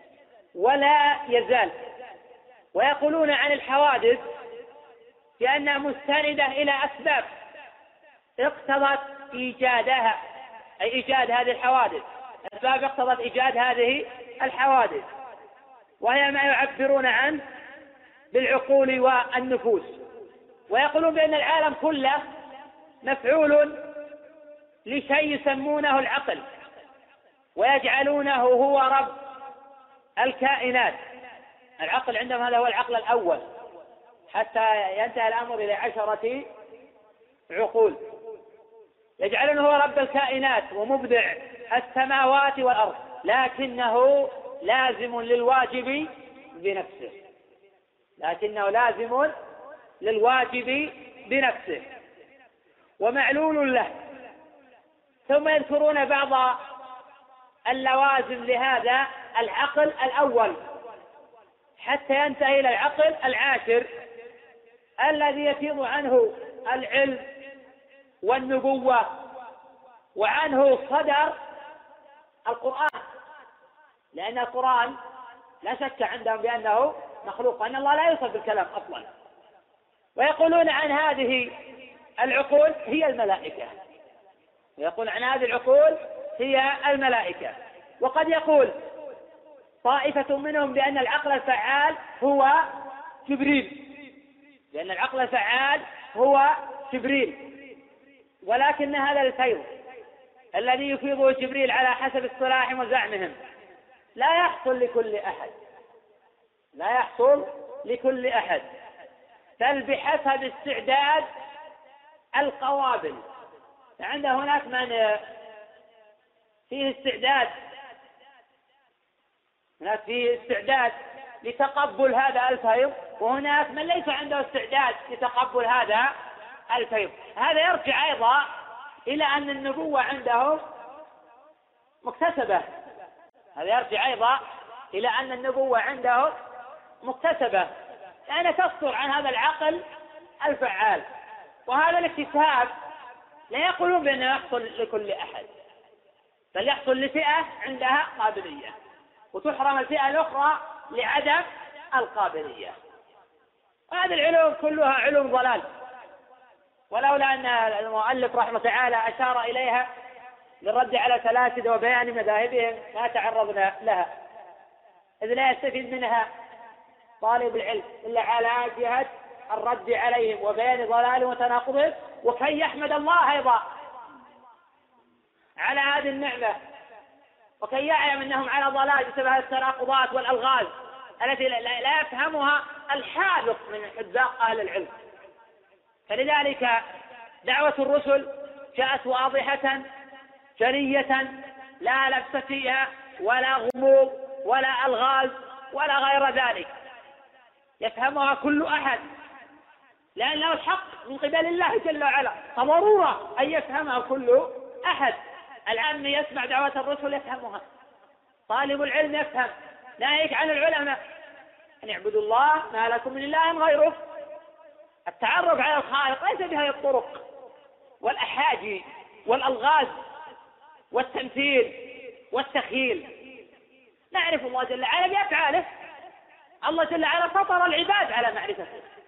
ولا يزال. ويقولون عن الحوادث بأنها مستندة إلى أسباب اقتضت إيجادها، أي إيجاد هذه الحوادث، أسباب اقتضت إيجاد هذه الحوادث، وهي ما يعبرون عنه بالعقول والنفوس. ويقولون بأن العالم كله مفعول لشيء يسمونه العقل، ويجعلونه هو رب الكائنات. العقل عندهم هذا هو العقل الأول، حتى ينتهي الأمر إلى عشرة عقول. يجعلونه هو رب الكائنات ومبدع السماوات والأرض، لكنه لازم للواجب بنفسه، لكنه لازم للواجب بنفسه ومعلول له. ثم يذكرون بعض اللوازم لهذا العقل الأول حتى ينتهي إلى العقل العاشر الذي يفيض عنه العلم والنبوة، وعنه صدر القرآن، لأن القرآن لا شك عندهم بأنه مخلوق، وأن الله لا يوصف بالكلام أصلا. ويقولون عن هذه العقول هي الملائكة، ويقول عن هذه العقول هي الملائكة. وقد يقول طائفة منهم بأن العقل الفعال هو جبريل، لأن العقل الفعال هو جبريل، ولكن هذا الفيض الذي يفيضه جبريل على حسب اصطلاحهم وزعمهم لا يحصل لكل أحد، لا يحصل لكل أحد، بل بحسب استعداد القوابل. عند هناك من فيه استعداد هناك فيه استعداد لتقبل هذا الفيض، وهناك من ليس عنده استعداد لتقبل هذا الفيض. هذا يرجع أيضا إلى أن النبوة عندهم مكتسبة، هذا يرجع أيضا إلى أن النبوة عندهم مكتسبة، لأنها تصدر عن هذا العقل الفعال. وهذا الاكتساب لا يقولون بأنه يحصل لكل أحد، بل يحصل لفئة عندها قابلية وتحرم الفئة الأخرى لعدم القابلية. وهذه العلوم كلها علوم ضلال، ولولا أن المؤلف رحمه تعالى أشار إليها للرد على الفلاسفة وبيان مذاهبهم ما تعرضنا لها، إذ لا يستفيد منها طالب العلم إلا على جهة الرد عليهم وبيان ضلالهم وتناقضهم، وكي يحمد الله أيضا على هذه النعمة، وكي يعلم أنهم على ضلال بسبب هذه التناقضات والألغاز التي لا يفهمها الحاذق من حذاق أهل العلم. فلذلك دعوة الرسل جاءت واضحة جلية لا لبس فيها ولا غموض ولا ألغاز ولا غير ذلك، يفهمها كل أحد، لأنه الحق من قبل الله جل وعلا، فضرورة أن يفهمها كل أحد. العام يسمع دعوة الرسل يفهمها، طالب العلم يفهم، ناهيك عن العلماء أن يعبدوا الله ما لكم من إله غيره. التعرف على الخالق ليس بهذه الطرق والأحاجي والألغاز والتمثيل والتخيل. نعرف الله جل وعلا بأفعاله، الله جل وعلا فطر العباد على معرفته،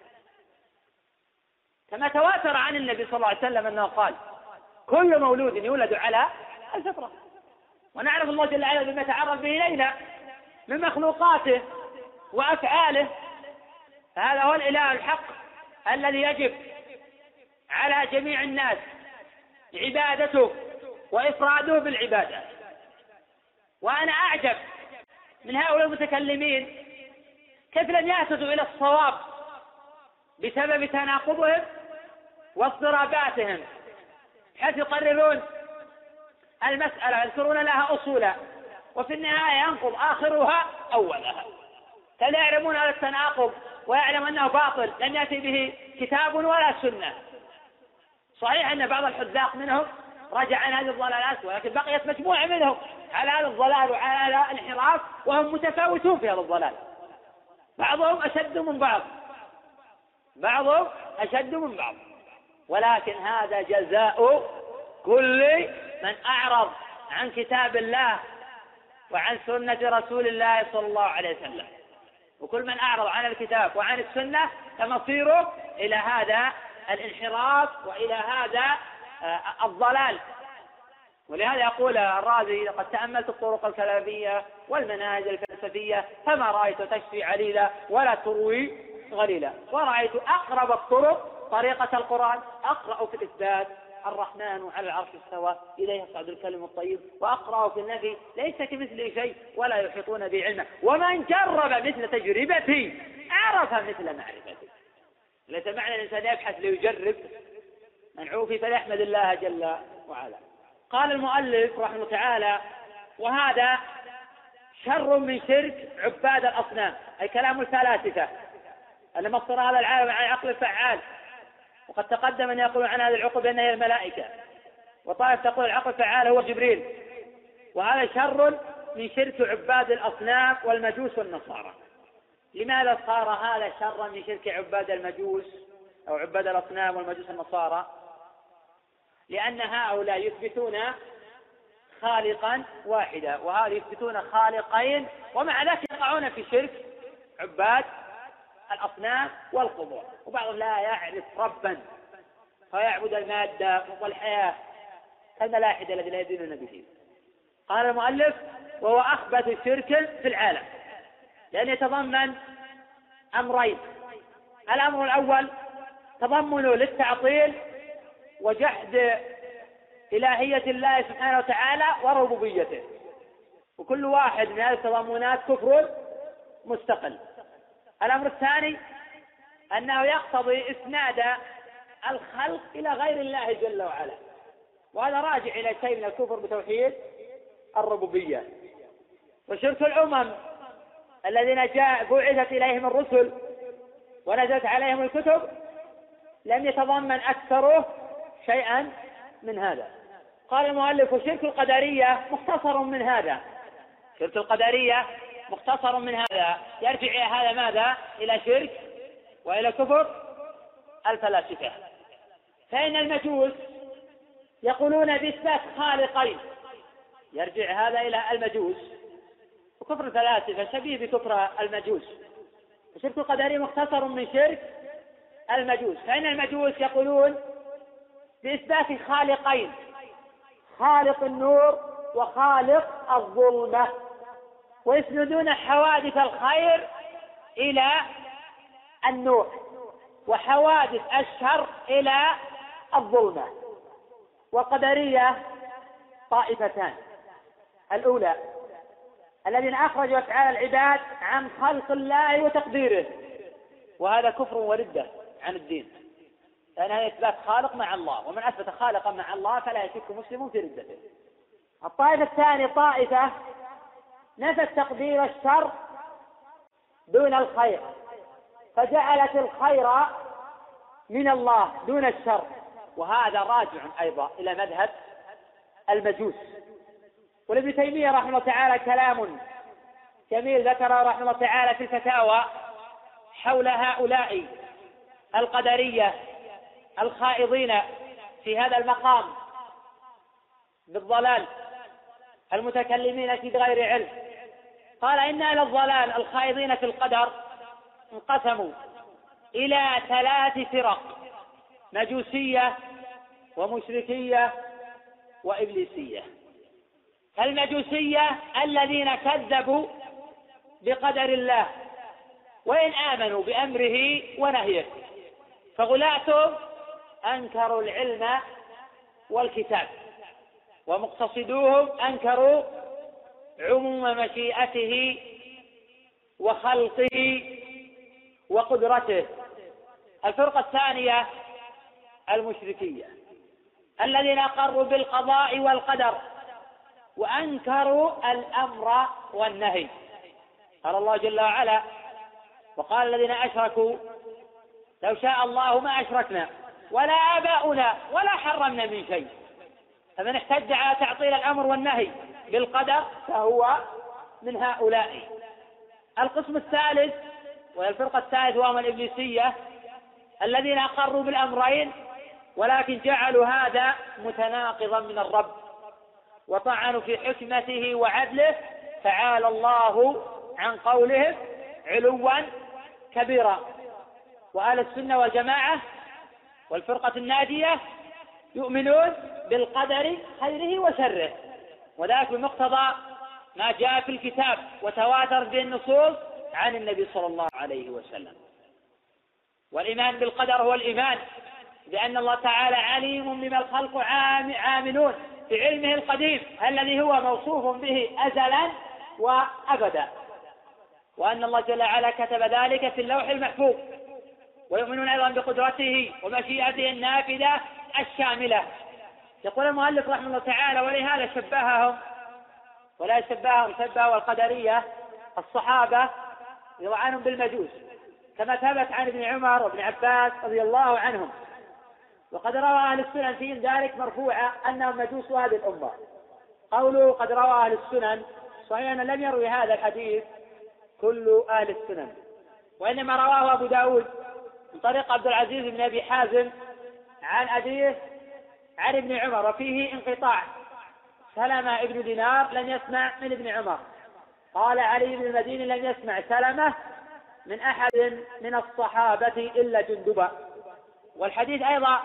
كما تواتر عن النبي صلى الله عليه وسلم أنه قال كل مولود يولد على الفطرة. ونعرف الله جل وعلا بما تعرف به إلينا من مخلوقاته وأفعاله، فهذا هو الإله الحق الذي يجب على جميع الناس عبادته وإفراده بالعبادة. وأنا أعجب من هؤلاء المتكلمين كيف لم يهتدوا إلى الصواب بسبب تناقضهم واضطراباتهم، حيث يقررون المسألة يذكرون لها أصولا وفي النهاية ينقض آخرها أولها، فلا يعلمون هذا التناقض ويعلم أنه باطل لم يأتي به كتاب ولا سنة. صحيح أن بعض الحذاق منهم رجع عن هذه الضلالات، ولكن بقيت مجموعة منهم على هذا الضلال وعلى هذا الانحراف، وهم متفاوتون في هذا الضلال. بعضهم أشد من بعض بعضهم أشد من بعض ولكن هذا جزاء كل من أعرض عن كتاب الله وعن سنة رسول الله صلى الله عليه وسلم. وكل من أعرض عن الكتاب وعن السنة فمصيره إلى هذا الانحراف وإلى هذا الضلال. ولهذا يقول الرازي: لقد تأملت الطرق الكلامية والمناهج الفلسفية فما رأيت تشفي عليلا ولا تروي غليلا، ورأيت أقرب الطرق طريقة القرآن، أقرأ في الإثبات الرحمن على العرش استوى إليه يصعد الكلم الطيب، وأقرأ في النفي ليس كمثله شيء ولا يحيطون به علما، ومن جرب مثل تجربتي عرف مثل معرفتي. ليس معنى الإنسان يبحث ليجرب، من عوفي فليحمد الله جل وعلا. قال المؤلف رحمه الله تعالى: وهذا شر من شرك عباد الأصنام، أي كلام الفلاسفة أن مصدر هذا العالم عن عقل الفعال. وقد تقدم أن يقول عن هذه العقل بأنها هي الملائكة، وطائف تقول العقل الفعال هو جبريل. وهذا شر من شرك عباد الأصنام والمجوس والنصارى. لماذا صار هذا شرا من شرك عباد المجوس أو عباد الأصنام والمجوس والنصارى؟ لأن هؤلاء يثبتون خالقا واحدا، وهؤلاء يثبتون خالقين، ومع ذلك يقعون في شرك عباد الأصنام والقبور. وبعضهم لا يعرف ربا فيعبد المادة والحياة كالملاحدة الذين لا يدينون به. قال المؤلف: وهو أخبث شرك في العالم، لأن يتضمن أمرين. الأمر الأول تضمنه للتعطيل وجحد إلهية الله سبحانه وتعالى وربوبيته، وكل واحد من هذه التضمنات كفر مستقل. الأمر الثاني أنه يقتضي إسناد الخلق إلى غير الله جل وعلا، وهذا راجع إلى شيء من الكفر بتوحيد الربوبية. وشرك الأمم الذين جاء بعثت إليهم الرسل ونزلت عليهم الكتب لم يتضمن أكثره شيئا من هذا. قال المؤلف: وشرك القدرية مختصر من هذا. شرك القدرية مختصر من هذا، يرجع إلى هذا ماذا؟ إلى شرك وإلى كفر الفلاسفة. فإن المجوس يقولون بإثبات خالقين، يرجع هذا إلى المجوس، وكفر الفلاسفة شبيه بكفر المجوس. وشرك القدرية مختصر من شرك المجوس. فإن المجوس يقولون بإثبات خالقين، خالق النور وخالق الظلمة، ويسندون حوادث الخير إلى النور وحوادث الشر إلى الظلمة. والقدرية طائفتان: الأولى الذين أخرجوا أفعال العباد عن خلق الله وتقديره، وهذا كفر وردة عن الدين، لأن هذا إثبات خالق مع الله، ومن أثبت خالقا مع الله فلا يشك مسلم في ردته. الطائفة الثانية طائفة نفت تقدير الشر دون الخير، فجعلت الخير من الله دون الشر، وهذا راجع أيضا إلى مذهب المجوس. ولابن تيمية رحمه الله تعالى كلام جميل ذكره رحمه الله تعالى في الفتاوى حول هؤلاء القدرية الخائضين في هذا المقام بالضلال المتكلمين في غير علم. قال: إن أهل الضلال الخائضين في القدر انقسموا إلى ثلاث فرق: مجوسية ومشركية وإبليسية. المجوسية الذين كذبوا بقدر الله وإن آمنوا بأمره ونهيه، فغلاتهم أنكروا العلم والكتاب، ومقتصدوهم أنكروا عموم مشيئته وخلقه وقدرته. الفرقة الثانية المشركية الذين أقروا بالقضاء والقدر وأنكروا الأمر والنهي. قال الله جل وعلا: وقال الذين أشركوا لو شاء الله ما أشركنا ولا آباؤنا ولا حرمنا من شيء. فمن احتج على تعطيل الأمر والنهي بالقدر فهو من هؤلاء. القسم الثالث وهي الفرقة الثالثة وهم الإبليسية الذين أقروا بالأمرين ولكن جعلوا هذا متناقضا من الرب وطعنوا في حكمته وعدله، تعالى الله عن قولهم علوا كبيرا. وأهل السنة والجماعة والفرقة الناجية يؤمنون بالقدر خيره وشره، وذلك بمقتضى ما جاء في الكتاب وتواتر به النصوص عن النبي صلى الله عليه وسلم. والإيمان بالقدر هو الإيمان بأن الله تعالى عليم بما الخلق عاملون في علمه القديم الذي هو موصوف به أزلا وأبدا، وأن الله جل وعلا كتب ذلك في اللوح المحفوظ. ويؤمنون أيضا بقدرته ومشيئته النافذة الشاملة. يقول المؤلف رحمه الله تعالى: ولهذا شبههم ولا شبههم شبهوا القدرية الصحابة رضي عنهم بالمجوس، كما ثبت عن ابن عمر وابن عباس رضي الله عنهم. وقد روى أهل السنن فيهم ذلك مرفوعا أنهم مجوس هذه الأمة. قوله قد روى أهل السنن صحيح أن لم يروي هذا الحديث كل أهل السنن، وإنما رواه أبو داود من طريق عبد العزيز بن أبي حازم عن أبيه عن ابن عمر، وفيه انقطاع. سلمة ابن دينار لم يسمع من ابن عمر. قال علي بن المديني لم يسمع سلمة من أحد من الصحابة إلا جندبا. والحديث أيضا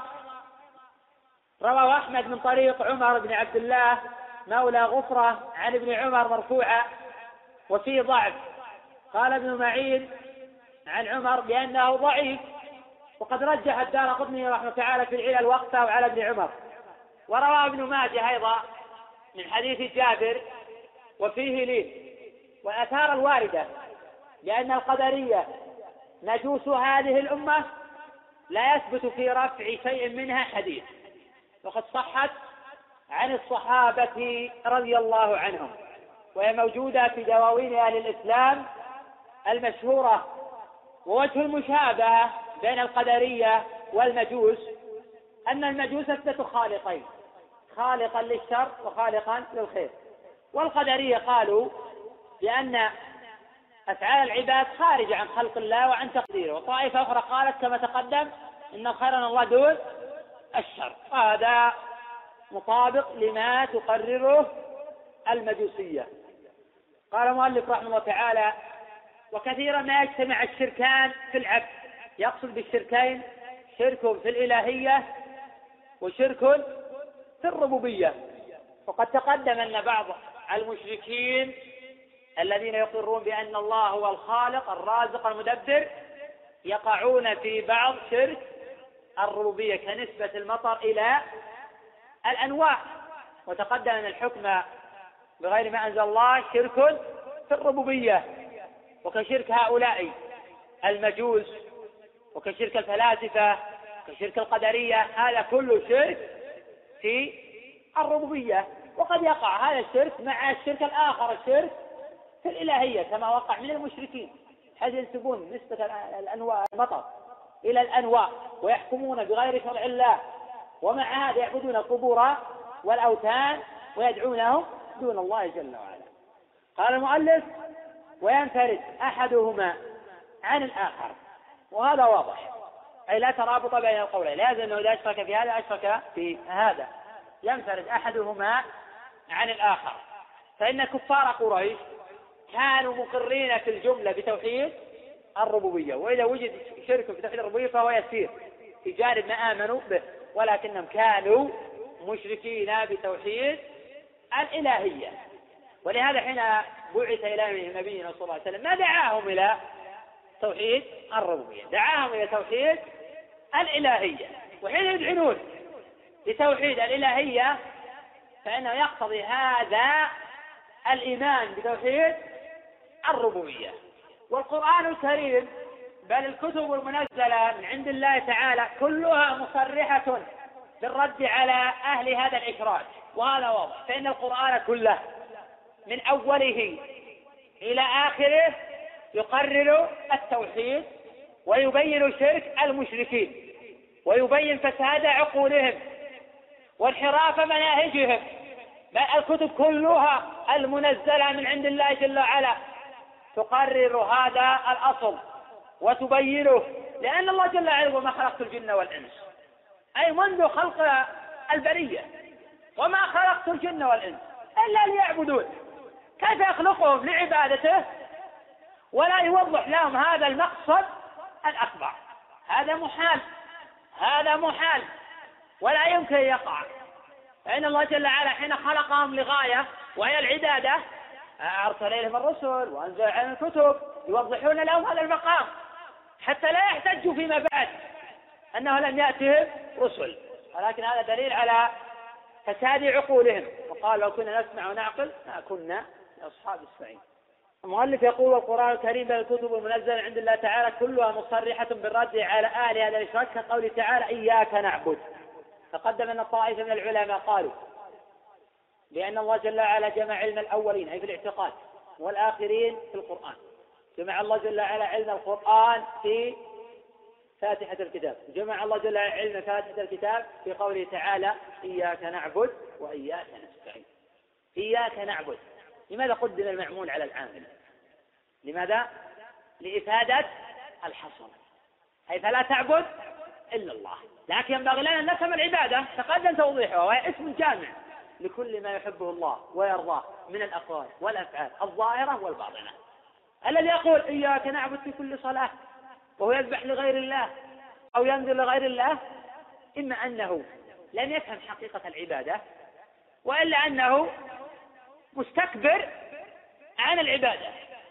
رواه أحمد من طريق عمر بن عبد الله مولى غفرة عن ابن عمر مرفوعا وفيه ضعف. قال ابن معين عن عمر بأنه ضعيف، وقد رجح الدارقطني رحمه تعالى في العلل وقته على ابن عمر. وروى ابن ماجه أيضا من حديث جابر وفيه لين. والآثار الواردة لأن القدرية مجوس هذه الأمة لا يثبت في رفع شيء منها حديث، وقد صحت عن الصحابة رضي الله عنهم، وهي موجودة في دواوين أهل الإسلام المشهورة. ووجه المشابهة بين القدرية والمجوس أن المجوس أثبتوا خالقين، خالقا للشر وخالقا للخير. والقدرية قالوا بأن أفعال العباد خارجة عن خلق الله وعن تقديره. وطائفة أخرى قالت كما تقدم إن خيرنا الله دون الشر. وهذا مطابق لما تقرره المجوسية. قال المؤلف رحمه الله تعالى: وكثيرا ما يجتمع الشركان في العبد، يقصد بالشركين شرك في الإلهية وشرك في الربوبية. وقد تقدم أن بعض المشركين الذين يقرون بأن الله هو الخالق الرازق المدبر يقعون في بعض شرك الربوبية كنسبة المطر إلى الأنواع. وتقدم أن الحكم بغير ما أنزل الله شرك في الربوبية، وكشرك هؤلاء المجوس وكشرك الفلاسفة وكشرك القدرية، هذا كله شرك في الربوبية. وقد يقع هذا الشرك مع الشرك الآخر الشرك في الإلهية كما وقع من المشركين، حيث ينسبون نسبة الأنواع المطر إلى الأنواع ويحكمون بغير شرع الله، ومع هذا يعبدون القبور والأوثان ويدعونهم دون الله جل وعلا. قال المؤلف: وينفرد أحدهما عن الآخر. وهذا واضح، أي لا ترابط بين القولين، لازم أنه إذا أشرك في هذا أشرك في هذا. ينفرد أحدهما عن الآخر، فإن كفار قريش كانوا مقرين في الجملة بتوحيد الربوبية، وإذا وجد شرك في توحيد الربوبية فهو يسير في جانب ما آمنوا به، ولكنهم كانوا مشركين بتوحيد الإلهية. ولهذا حين بعث إليهم نبينا صلى الله عليه وسلم ما دعاهم إلى توحيد الربوبية، دعاهم إلى توحيد الإلهية. وحين يدعون لتوحيد الإلهية فإنه يقتضي هذا الإيمان بتوحيد الربوبية. والقرآن الكريم بل الكتب المنزلة من عند الله تعالى كلها مصرحة بالرد على أهل هذا الإشراك، وهذا واضح. فإن القرآن كله من أوله إلى آخره يقرر التوحيد ويبين شرك المشركين ويبين فساد عقولهم وانحراف مناهجهم. بل الكتب كلها المنزلة من عند الله جل وعلا تقرر هذا الأصل، وتبينه، لأن الله جل وعلا وما خلقت الجن والإنس، أي منذ خلق البرية وما خلقت الجن والإنس إلا ليعبدون. كيف يخلقهم لعبادته ولا يوضح لهم هذا المقصد الأكبر؟ هذا محال، هذا محال ولا يمكن يقع. فإن الله جل وعلا حين خلقهم لغاية وهي العبادة أرسل إليهم الرسل وأنزل عليهم الكتب يوضحون لهم هذا المقام حتى لا يحتجوا فيما بعد أنه لم يأتهم رسل. ولكن هذا دليل على فساد عقولهم، وقال لو كنا نسمع ونعقل ما كنا لأصحاب السعير. المؤلف يقول: والقرآن الكريم بل الكتب المنزلة عند الله تعالى كلها مصرحة بالرد على أهل هذا الإشراك، كقوله تعالى: إياك نعبد. تقدم أن الطائفة من العلماء قالوا لأن الله جل وعلا جمع علم الأولين أي في الاعتقاد والآخرين في القرآن. جمع الله جل وعلا علم القرآن في فاتحة الكتاب، جمع الله جل وعلا علم فاتحة الكتاب في قوله تعالى: إياك نعبد وإياك نستعين. إياك نعبد، لماذا قدم المعمول على العامل؟ لماذا؟ لإفادة الحصر، أي فلا تعبد إلا الله. لكن ينبغي لنا أن نفهم العبادة، تقدم توضيحها، وهي اسم جامع لكل ما يحبه الله ويرضاه من الأقوال والأفعال الظاهرة والباطنة. الذي يقول إياك نعبد في كل صلاة وهو يذبح لغير الله أو ينذر لغير الله، إما أنه لم يفهم حقيقة العبادة، وإلا أنه مستكبر عن العبادة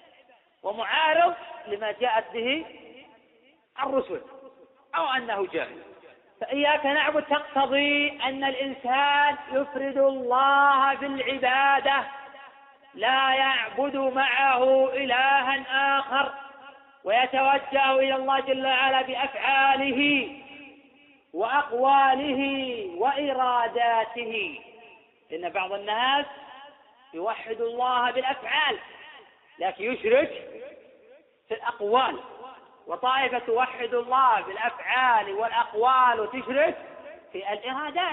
ومعارض لما جاءت به الرسل، أو أنه جاهل. فإياك نعبد تقتضي أن الإنسان يفرد الله بالعبادة، لا يعبد معه إلها آخر، ويتوجه إلى الله جل وعلا بأفعاله وأقواله وإراداته. إن بعض الناس يوحد الله بالأفعال لكن يشرك في الأقوال، وطائفة توحد الله بالأفعال والأقوال وتشرك في الإرادات.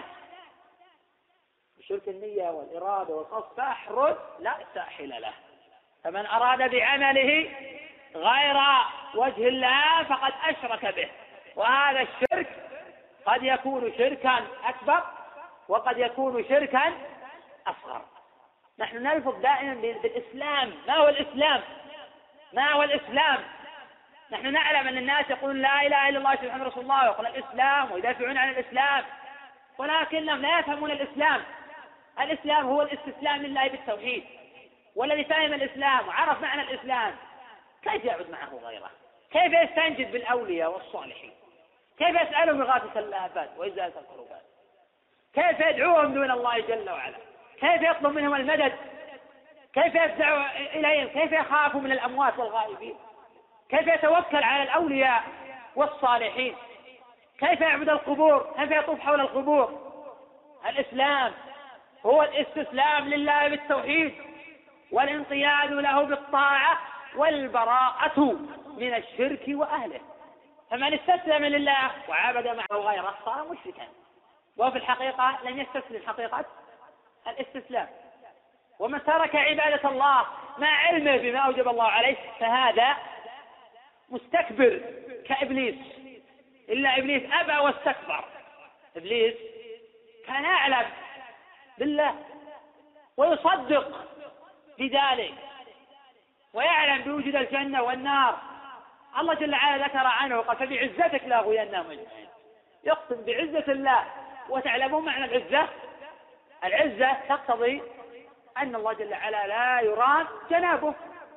شرك النية والإرادة والقصد فاحرد لا ساحل له. فمن أراد بعمله غير وجه الله فقد أشرك به، وهذا الشرك قد يكون شركا أكبر وقد يكون شركا أصغر. نحن نلفظ دائما بالإسلام. ما هو الإسلام؟ ما هو الإسلام؟ نحن نعلم أن الناس يقولون لا إله إلا الله محمد رسول الله ويقول الإسلام ويدافعون عن الإسلام، ولكنهم لا يفهمون الإسلام. الإسلام هو الاستسلام لله بالتوحيد، والذي فهم الإسلام وعرف معنى الإسلام كيف يعبد معه غيره؟ كيف يستنجد بالأولياء والصالحين؟ كيف يسألهم إغاثة الآفات وإزالة الكروبات؟ كيف يدعوهم دون الله جل وعلا؟ كيف يطلب منهم المدد؟ كيف يفزع إليهم؟ كيف يخاف من الأموات والغائبين؟ كيف يتوكل على الأولياء والصالحين؟ كيف يعبد القبور؟ كيف يطوف حول القبور؟ الإسلام هو الاستسلام لله بالتوحيد والانقياد له بالطاعة والبراءة من الشرك وأهله. فمن استسلم لله وعبد معه غيره صار مشركا، وفي الحقيقة لم يستسلم حقيقة الاستسلام. ومن ترك عبادة الله مع علمه بما أوجب الله عليه فهذا مستكبر كإبليس، إلا إبليس أبى واستكبر. إبليس كان يعلم بالله ويصدق بذلك ويعلم بوجود الجنة والنار. الله جل وعلا ذكر عنه قال فبعزتك لاغوينهم أجمعين. يقسم بعزة الله، وتعلمون معنى العزة. العزة تقتضي أن الله جل وعلا لا يرام جنابه،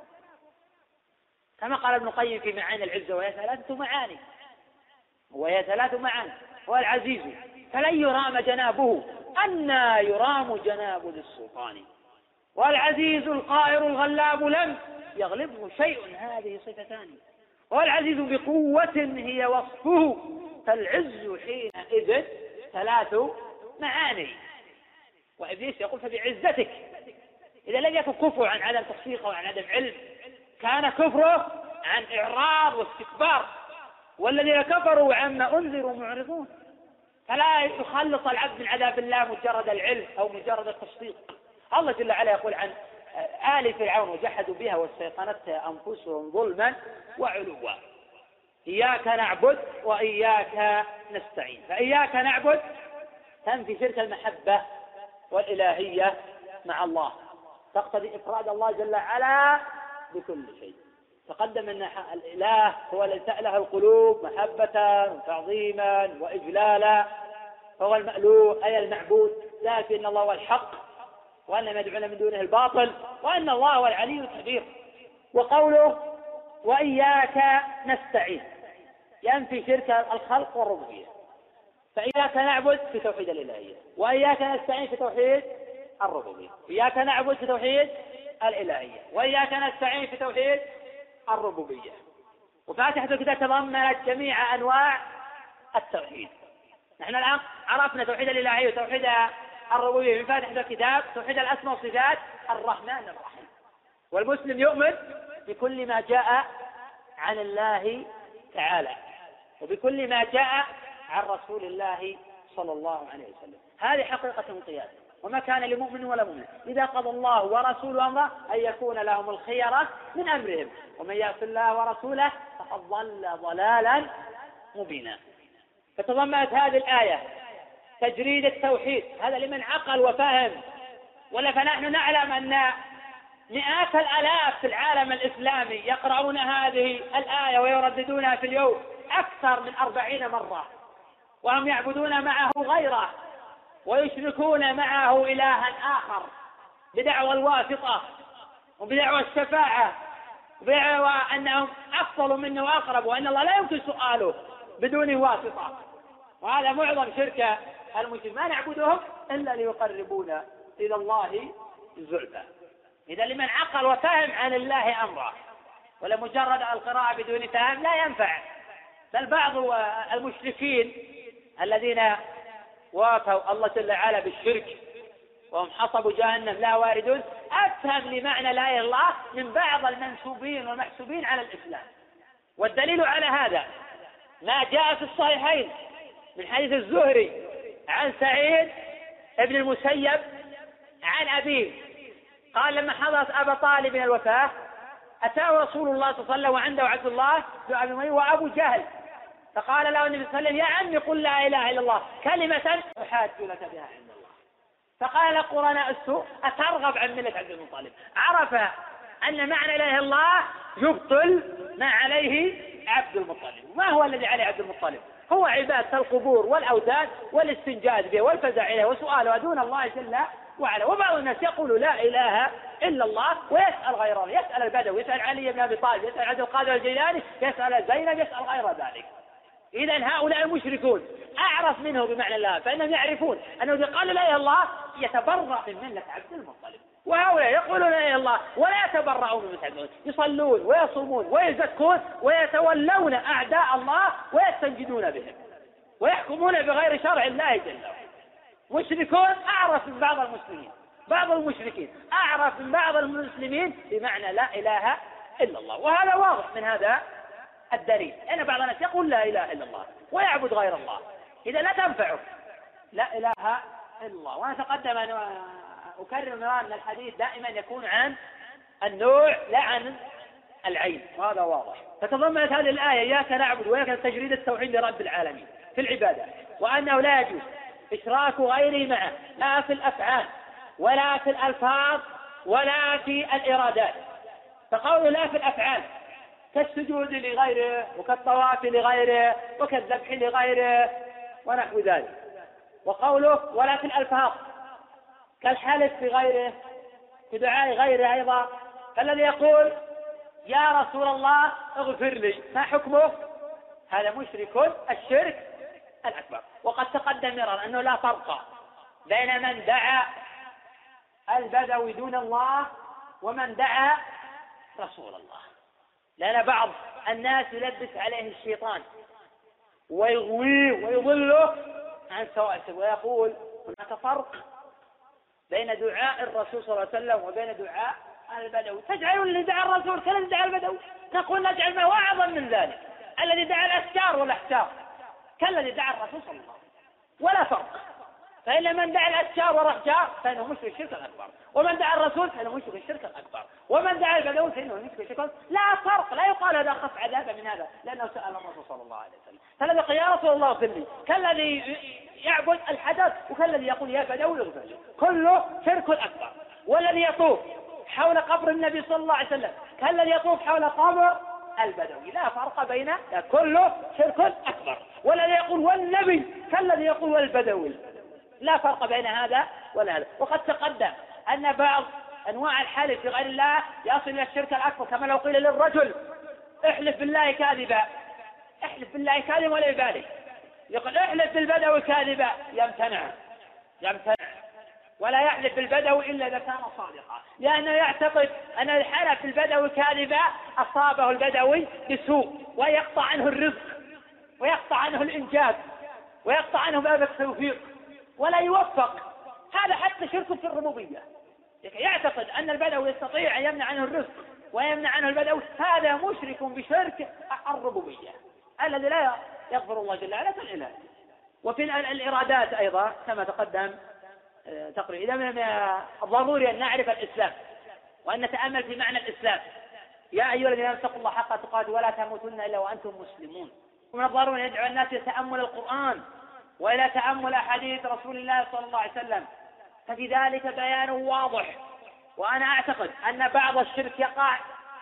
كما قال ابن القيم في معاني العزة وهي ثلاثة معاني وهي ثلاث معاني. هو العزيز فلن يرام جنابه، أنى يرام جناب للسلطان، والعزيز القاهر الغلاب لم يغلبه شيء، هذه صفتان. والعزيز بقوة هي وصفه، فالعز حينئذ ثلاث معاني. وإبليس يقول فبعزتك، إذا لم يكن كفره عن عدم تصديقه وعن عدم علم، كان كفره عن إعراض واستكبار، والذين كفروا عما أنذروا معرضون. فلا يخلص العبد من عذاب الله مجرد العلم أو مجرد التصديق. الله جل وعلا يقول عن آل فرعون وجحدوا بها واستيقنتها أنفسهم ظلما وعلوا. إياك نعبد وإياك نستعين. فإياك نعبد تنفي شرك المحبة والإلهية مع الله، تقتضي إفراد الله جل وعلا بكل شيء. تقدم أن الإله هو الذي تأله القلوب محبة وتعظيما وإجلالا، هو المألوه أي المعبود، لكن الله هو الحق وأن ما يدعون من دونه الباطل، وأن الله هو العلي الكبير. وقوله وإياك نستعين ينفي شرك الخلق والربوبية. فإياك نعبد في توحيد الإلهية، وإياك نستعين في توحيد الربوبية. إياك نعبد في توحيد الإلهية، وإياك نستعين في توحيد الربوبية. وفاتحة الكتاب تضمنت جميع أنواع التوحيد. نحن الآن عرفنا توحيد الإلهية وتوحيد الربوبية من فاتحة الكتاب، توحيد الأسماء والصفات الرحمن الرحيم. والمسلم يؤمن بكل ما جاء عن الله تعالى وبكل ما جاء عن رسول الله صلى الله عليه وسلم. هذه حقيقة القيادة، وما كان لمؤمن ولا مؤمن إذا قضى الله ورسوله أمره أن يكون لهم الخيرة من أمرهم، ومن يعص الله ورسوله فقد ضل ضلالا مبينا. فتضمنت هذه الآية تجريد التوحيد، هذا لمن عقل وفهم. ولا فنحن نعلم أن مئات الآلاف في العالم الإسلامي يقرؤون هذه الآية ويرددونها في اليوم أكثر من أربعين مرة، وهم يعبدون معه غيره ويشركون معه إلها آخر بدعوى الواسطة وبدعوى الشفاعة وبدعوى أنهم أفضل منه وأقرب، وأن الله لا يمكن سؤاله بدون واسطة. وهذا معظم شرك المشركين، ما نعبدهم إلا ليقربونا إلى الله زلفى. إذا لمن عقل وفهم عن الله أمره، ولا مجرد القراءة بدون فهم لا ينفع. بل بعض المشركين الذين وافوا الله جل وعلا بالشرك وهم حصبوا جهنم لا واردون أفهم لمعنى لا إله إلا الله من بعض المنسوبين والمحسوبين على الإسلام. والدليل على هذا ما جاء في الصحيحين من حديث الزهري عن سعيد ابن المسيب عن أبيه قال لما حضرت أبا طالب من الوفاة أتاه رسول الله صلى الله عليه وسلم وعنده عبد الله بن أبي أمية وأبو جهل، فقال له النبي صلى الله عليه وسلم يا عمي قل لا إله إلا الله كلمة أحاج لك بها عند الله. فقال قرناء السوء أترغب عن ملة عبد المطلب. عرف أن معنى لا إله إلا الله يبطل ما عليه عبد المطلب. ما هو الذي عليه عبد المطلب؟ هو عبادة القبور والأوثان والاستنجاد به والفزع إليه وسؤاله دون الله جل وعلا. وبعض الناس يقول لا إله إلا الله ويسأل غيره، يسأل البدوي، يسأل علي بن أبي طالب، يسأل عبد القادر الجيلاني، يسأل زينب، يسأل غير ذلك. إذن هؤلاء المشركون أعرف منه بمعنى الله، فإنهم يعرفون أنه إذا قال لا إله إلا الله يتبرأ من ملة عبد المطلب. وهؤلاء يقولون لا إله إلا الله ولا يتبرؤون من ملة، يصلون ويصومون ويزكون ويتولون أعداء الله ويستنجدون بهم ويحكمون بغير شرع الله جل وعلا. مشركون أعرف من بعض المسلمين، بعض المشركين أعرف من بعض المسلمين بمعنى لا إله إلا الله. وهذا واضح من هذا الدليل أن بعض الناس يقول لا إله إلا الله ويعبد غير الله، إذا لا تنفعه لا إله إلا الله. وأنا تقدم أن أكرر مرارا أن الحديث دائما يكون عن النوع لا عن العين، وهذا واضح. فتضمنت هذه الآية إياك نعبد وإياك تجريد التوحيد لرب العالمين في العبادة، وأنه لا يجوز إشراك غيره معه لا في الأفعال ولا في الألفاظ ولا في الإرادات. فقوله لا في الأفعال كالسجود لغيره وكالطواف لغيره وكالذبح لغيره ونحو ذلك. وقوله ولا في الألفاظ كالحلف بغيره كدعاء غيره أيضا، فالذي يقول يا رسول الله اغفر لي ما حكمه؟ هذا مشرك الشرك الأكبر. وقد تقدم مرارا أنه لا فرق بين من دعا البدوي دون الله ومن دعا رسول الله، لأن بعض الناس يلبس عليه الشيطان ويغويه ويضله عن سواء السبيل ويقول هناك فرق بين دعاء الرسول صلى الله عليه وسلم وبين دعاء البدوي. تجعلون اللي دعا الرسول كالذي دعا البدوي؟ نقول نجعل ما هو أعظم من ذلك، الذي دعا الأشجار والأحجار كالذي دعا الرسول صلى الله عليه وسلم، ولا فرق. فإن من دعا الأشجار والأحجار فإنه مشرك الشرك الأكبر، ومن دعا الرسول فإنه مشرك الشرك الأكبر، ومن دعا البدوي فإنه مشرك الشرك الأكبر. لا فرق، لا يقال هذا أخف عذابا من هذا، لأنه سأل الرسول صلى الله عليه وسلم فالذي يقول يا رسول الله اغفر لي كالذي يعبد الحجر وكالذي يقول يا بدوي اغفر لي، كله شرك أكبر. والذي يطوف حول قبر النبي صلى الله عليه وسلم كالذي يطوف حول قبر البدوي، لا فرق بين كله شرك أكبر. والذي يقول والنبي كالذي يقول والبدوي، لا فرق بين هذا ولا هذا. وقد تقدم أن بعض أنواع الحلف في غير الله يصل إلى الشرك الأكبر، كما لو قيل للرجل احلف بالله كاذبا، احلف بالله كاذبا ولا يبالي، يقول احلف بالبدوي كاذبا يمتنع يمتنع ولا يحلف بالبدوي إلا إذا كان صادقا، لأنه يعتقد أن الحلف بالبدوي كاذبا أصابه البدوي بسوء ويقطع عنه الرزق ويقطع عنه الإنجاز ويقطع عنه باب التوفيق ولا يوفق. هذا حتى شرك في الربوبية، يعتقد أن البدوي يستطيع أن يمنع عنه الرزق ويمنع عنه البدوي، هذا مشرك بشرك الربوبية الذي لا يغفر الله جل وعلا فعله. وفي الإرادات أيضا كما تقدم تقريبا، إذا من الضروري أن نعرف الإسلام وأن نتأمل في معنى الإسلام. يا أيها الذين آمنوا اتقوا الله حق تقاته ولا تموتن إلا وأنتم مسلمون. ومن الضروري أن يدعو الناس إلى تأمل القرآن وإلى تأمل أحاديث رسول الله صلى الله عليه وسلم، ففي ذلك بيان واضح. وأنا أعتقد أن بعض الشرك يقع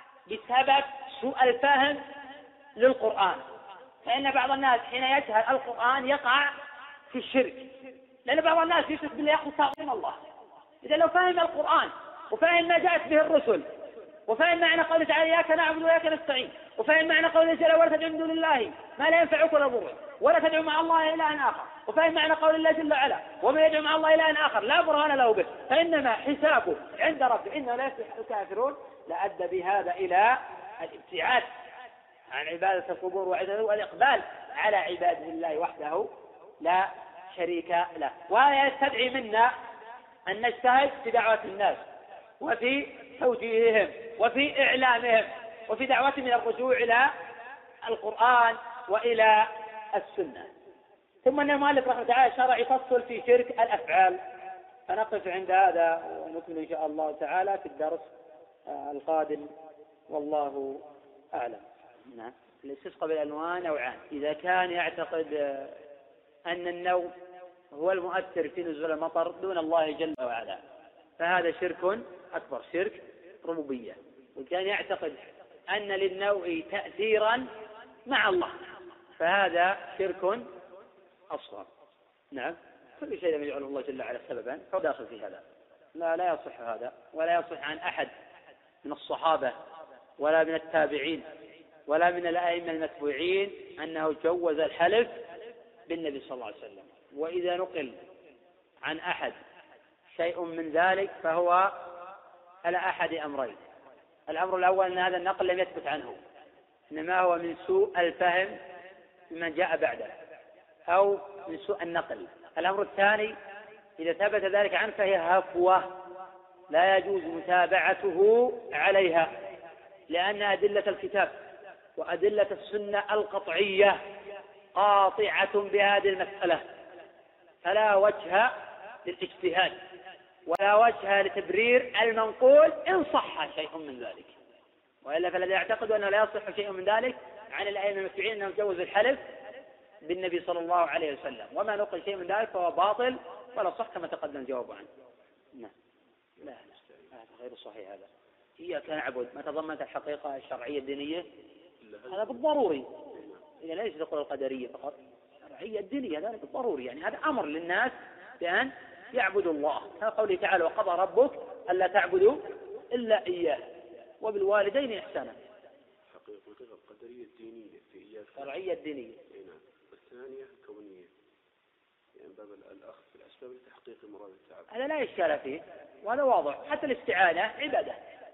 بسبب سوء الفهم للقرآن، فإن بعض الناس حين يجهل القرآن يقع في الشرك، لأن بعض الناس يشرك بالله يقول تعظيم الله. إذا لو فهم القرآن وفهم ما جاءت به الرسل وفهم معنى قوله تعالى إياك نعبد وإياك نستعين، وفهم معنى قوله جل وعلا ولا تدعوا من دون الله ما لا ينفعك ولا يضرك ولا تدعوا مع الله إلها آخر، وفهم معنى قول الله جل وعلا ومن يدعو مع الله إلها آخر لا برهان له به فإنما حسابه عند ربه إنه لا يفلح الكافرون، لأدى بهذا إلى الابتعاد عن عبادة القبور والإقبال على عباده الله وحده لا شريك له. ويستدعي منا أن نجتهد في دعوة الناس وفي توجيههم وفي إعلامهم وفي دعوتهم إلى الرجوع إلى القرآن وإلى السنة. ثم أن المؤلف رحمه الله تعالى شرع يفصل في شرك الأفعال، فنقف عند هذا ونكمل إن شاء الله تعالى في الدرس القادم والله أعلم. نعم. الاستسقاء بالألوان نوعان، إذا كان يعتقد أن النوم هو المؤثر في نزول المطر دون الله جل وعلا فهذا شرك أكبر، شرك ربوبية. وكان يعتقد أن للنوء تأثيرا مع الله فهذا شرك أصغر. نعم. كل شيء لم يجعل الله جل وعلا سببا فهو داخل في هذا. لا لا يصح هذا، ولا يصح عن أحد من الصحابة ولا من التابعين ولا من الأئمة المتبوعين أنه جوز الحلف بالنبي صلى الله عليه وسلم. وإذا نقل عن أحد شيء من ذلك فهو على أحد أمرين. الأمر الأول أن هذا النقل لم يثبت عنه، إنما هو من سوء الفهم ممن جاء بعده أو من سوء النقل. الأمر الثاني إذا ثبت ذلك عنه فهي هفوة لا يجوز متابعته عليها، لأن أدلة الكتاب وأدلة السنة القطعية قاطعة بهذه المسألة، فلا وجه للاجتهاد ولا وجه لتبرير المنقول إن صح شيء من ذلك. وإلا فالذي يعتقد أنه لا يصح شيء من ذلك عن الأئمة المتبوعين أنهم جوزوا الحلف بالنبي صلى الله عليه وسلم، وما نقل شيء من ذلك فهو باطل ولا صح كما تقدم الجواب عنه. لا لا لا غير صحيح هذا. إياك نعبد ما تضمنت الحقيقة الشرعية الدينية هذا بالضروري، إذا ليس تقول القدرية فقط، الشرعية الدينية هذا بالضروري، يعني هذا أمر للناس بأن يعبدوا الله. قوله تعالى وقضى ربك ألا تعبدوا إلا إياه وبالوالدين إحسانا. حقيقة القدرية الدينية في إياك الشرعية الدينية. نعم. والثانية كونية، يعني باب الأخذ في الأسباب لتحقيق مراد التعبد. هذا لا إشكال فيه وهذا واضح. حتى الاستعانة عبادة،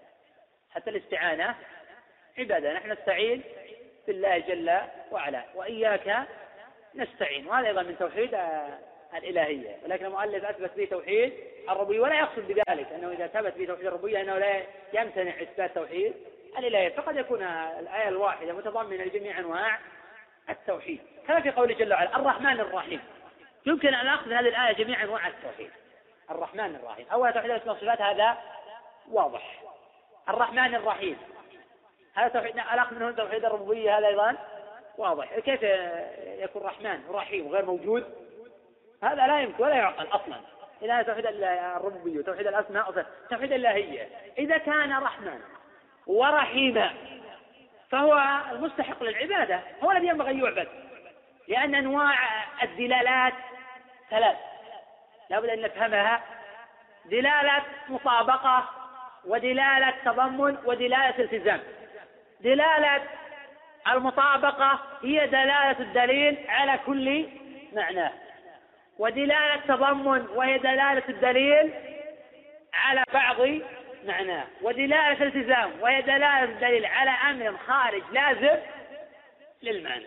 حتى الاستعانة عبادة، نحن نستعين بالله جل وعلا وإياك نستعين، وهذا أيضا من توحيد الإلهية. ولكن المؤلف أثبت به توحيد الربوبية ولا يقصد بذلك أنه إذا ثبت به توحيد الربوبية أنه لا يمتنع إثبات توحيد الإلهية، فقد يكون الآية الواحدة متضمنة لجميع أنواع التوحيد، كما في قوله جل وعلا الرحمن الرحيم. يمكن أن نأخذ هذه الآية جميع أنواع التوحيد. الرحمن الرحيم، أولا توحيد الأسماء والصفات هذا واضح. الرحمن الرحيم هذا توحيد، الأخذ منه توحيد الربوبية هذا أيضا واضح. كيف يكون رحمن ورحيم وغير موجود؟ هذا لا يمكن ولا يعقل أصلا. إذا توحيد الربوبية وتوحيد الأسماء والصفات توحيد اللاهية، إذا كان رحمن ورحيما فهو المستحق للعبادة، هو الذي ينبغي أن يعبد، لأن أنواع الدلالات ثلاث لابد أن نفهمها: دلالة مطابقة، ودلالة تضمن، ودلالة التزام. دلالة المطابقة هي دلالة الدليل على كل معناه، ودلالة تضمن وهي دلالة الدليل على بعض معناه، ودلالة التزام وهي دلالة الدليل على أمر خارج لازم للمعنى.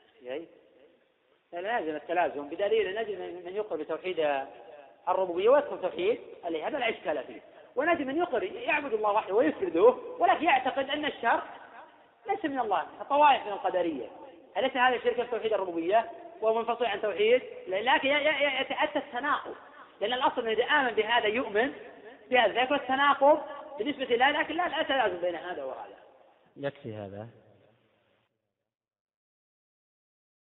لازم التلازم، بدليل نجد من يقر بتوحيد الربوبية ويذكر توحيد اللي هذا لا إشكال فيه، ونجد من يقر يعبد الله وحده ويفرده ولكن يعتقد أن الشر ليس من الله، الطوائف من القدرية. أليس هذا الشرك في توحيد الربوبية وهو منفصل عن توحيد؟ لكن يتأتى التناقض، لأن الأصل إذا آمن بهذا يؤمن بهذا، يكون التناقض بالنسبة له، لكن لا تلازم بين هذا وهذا. يكفي هذا.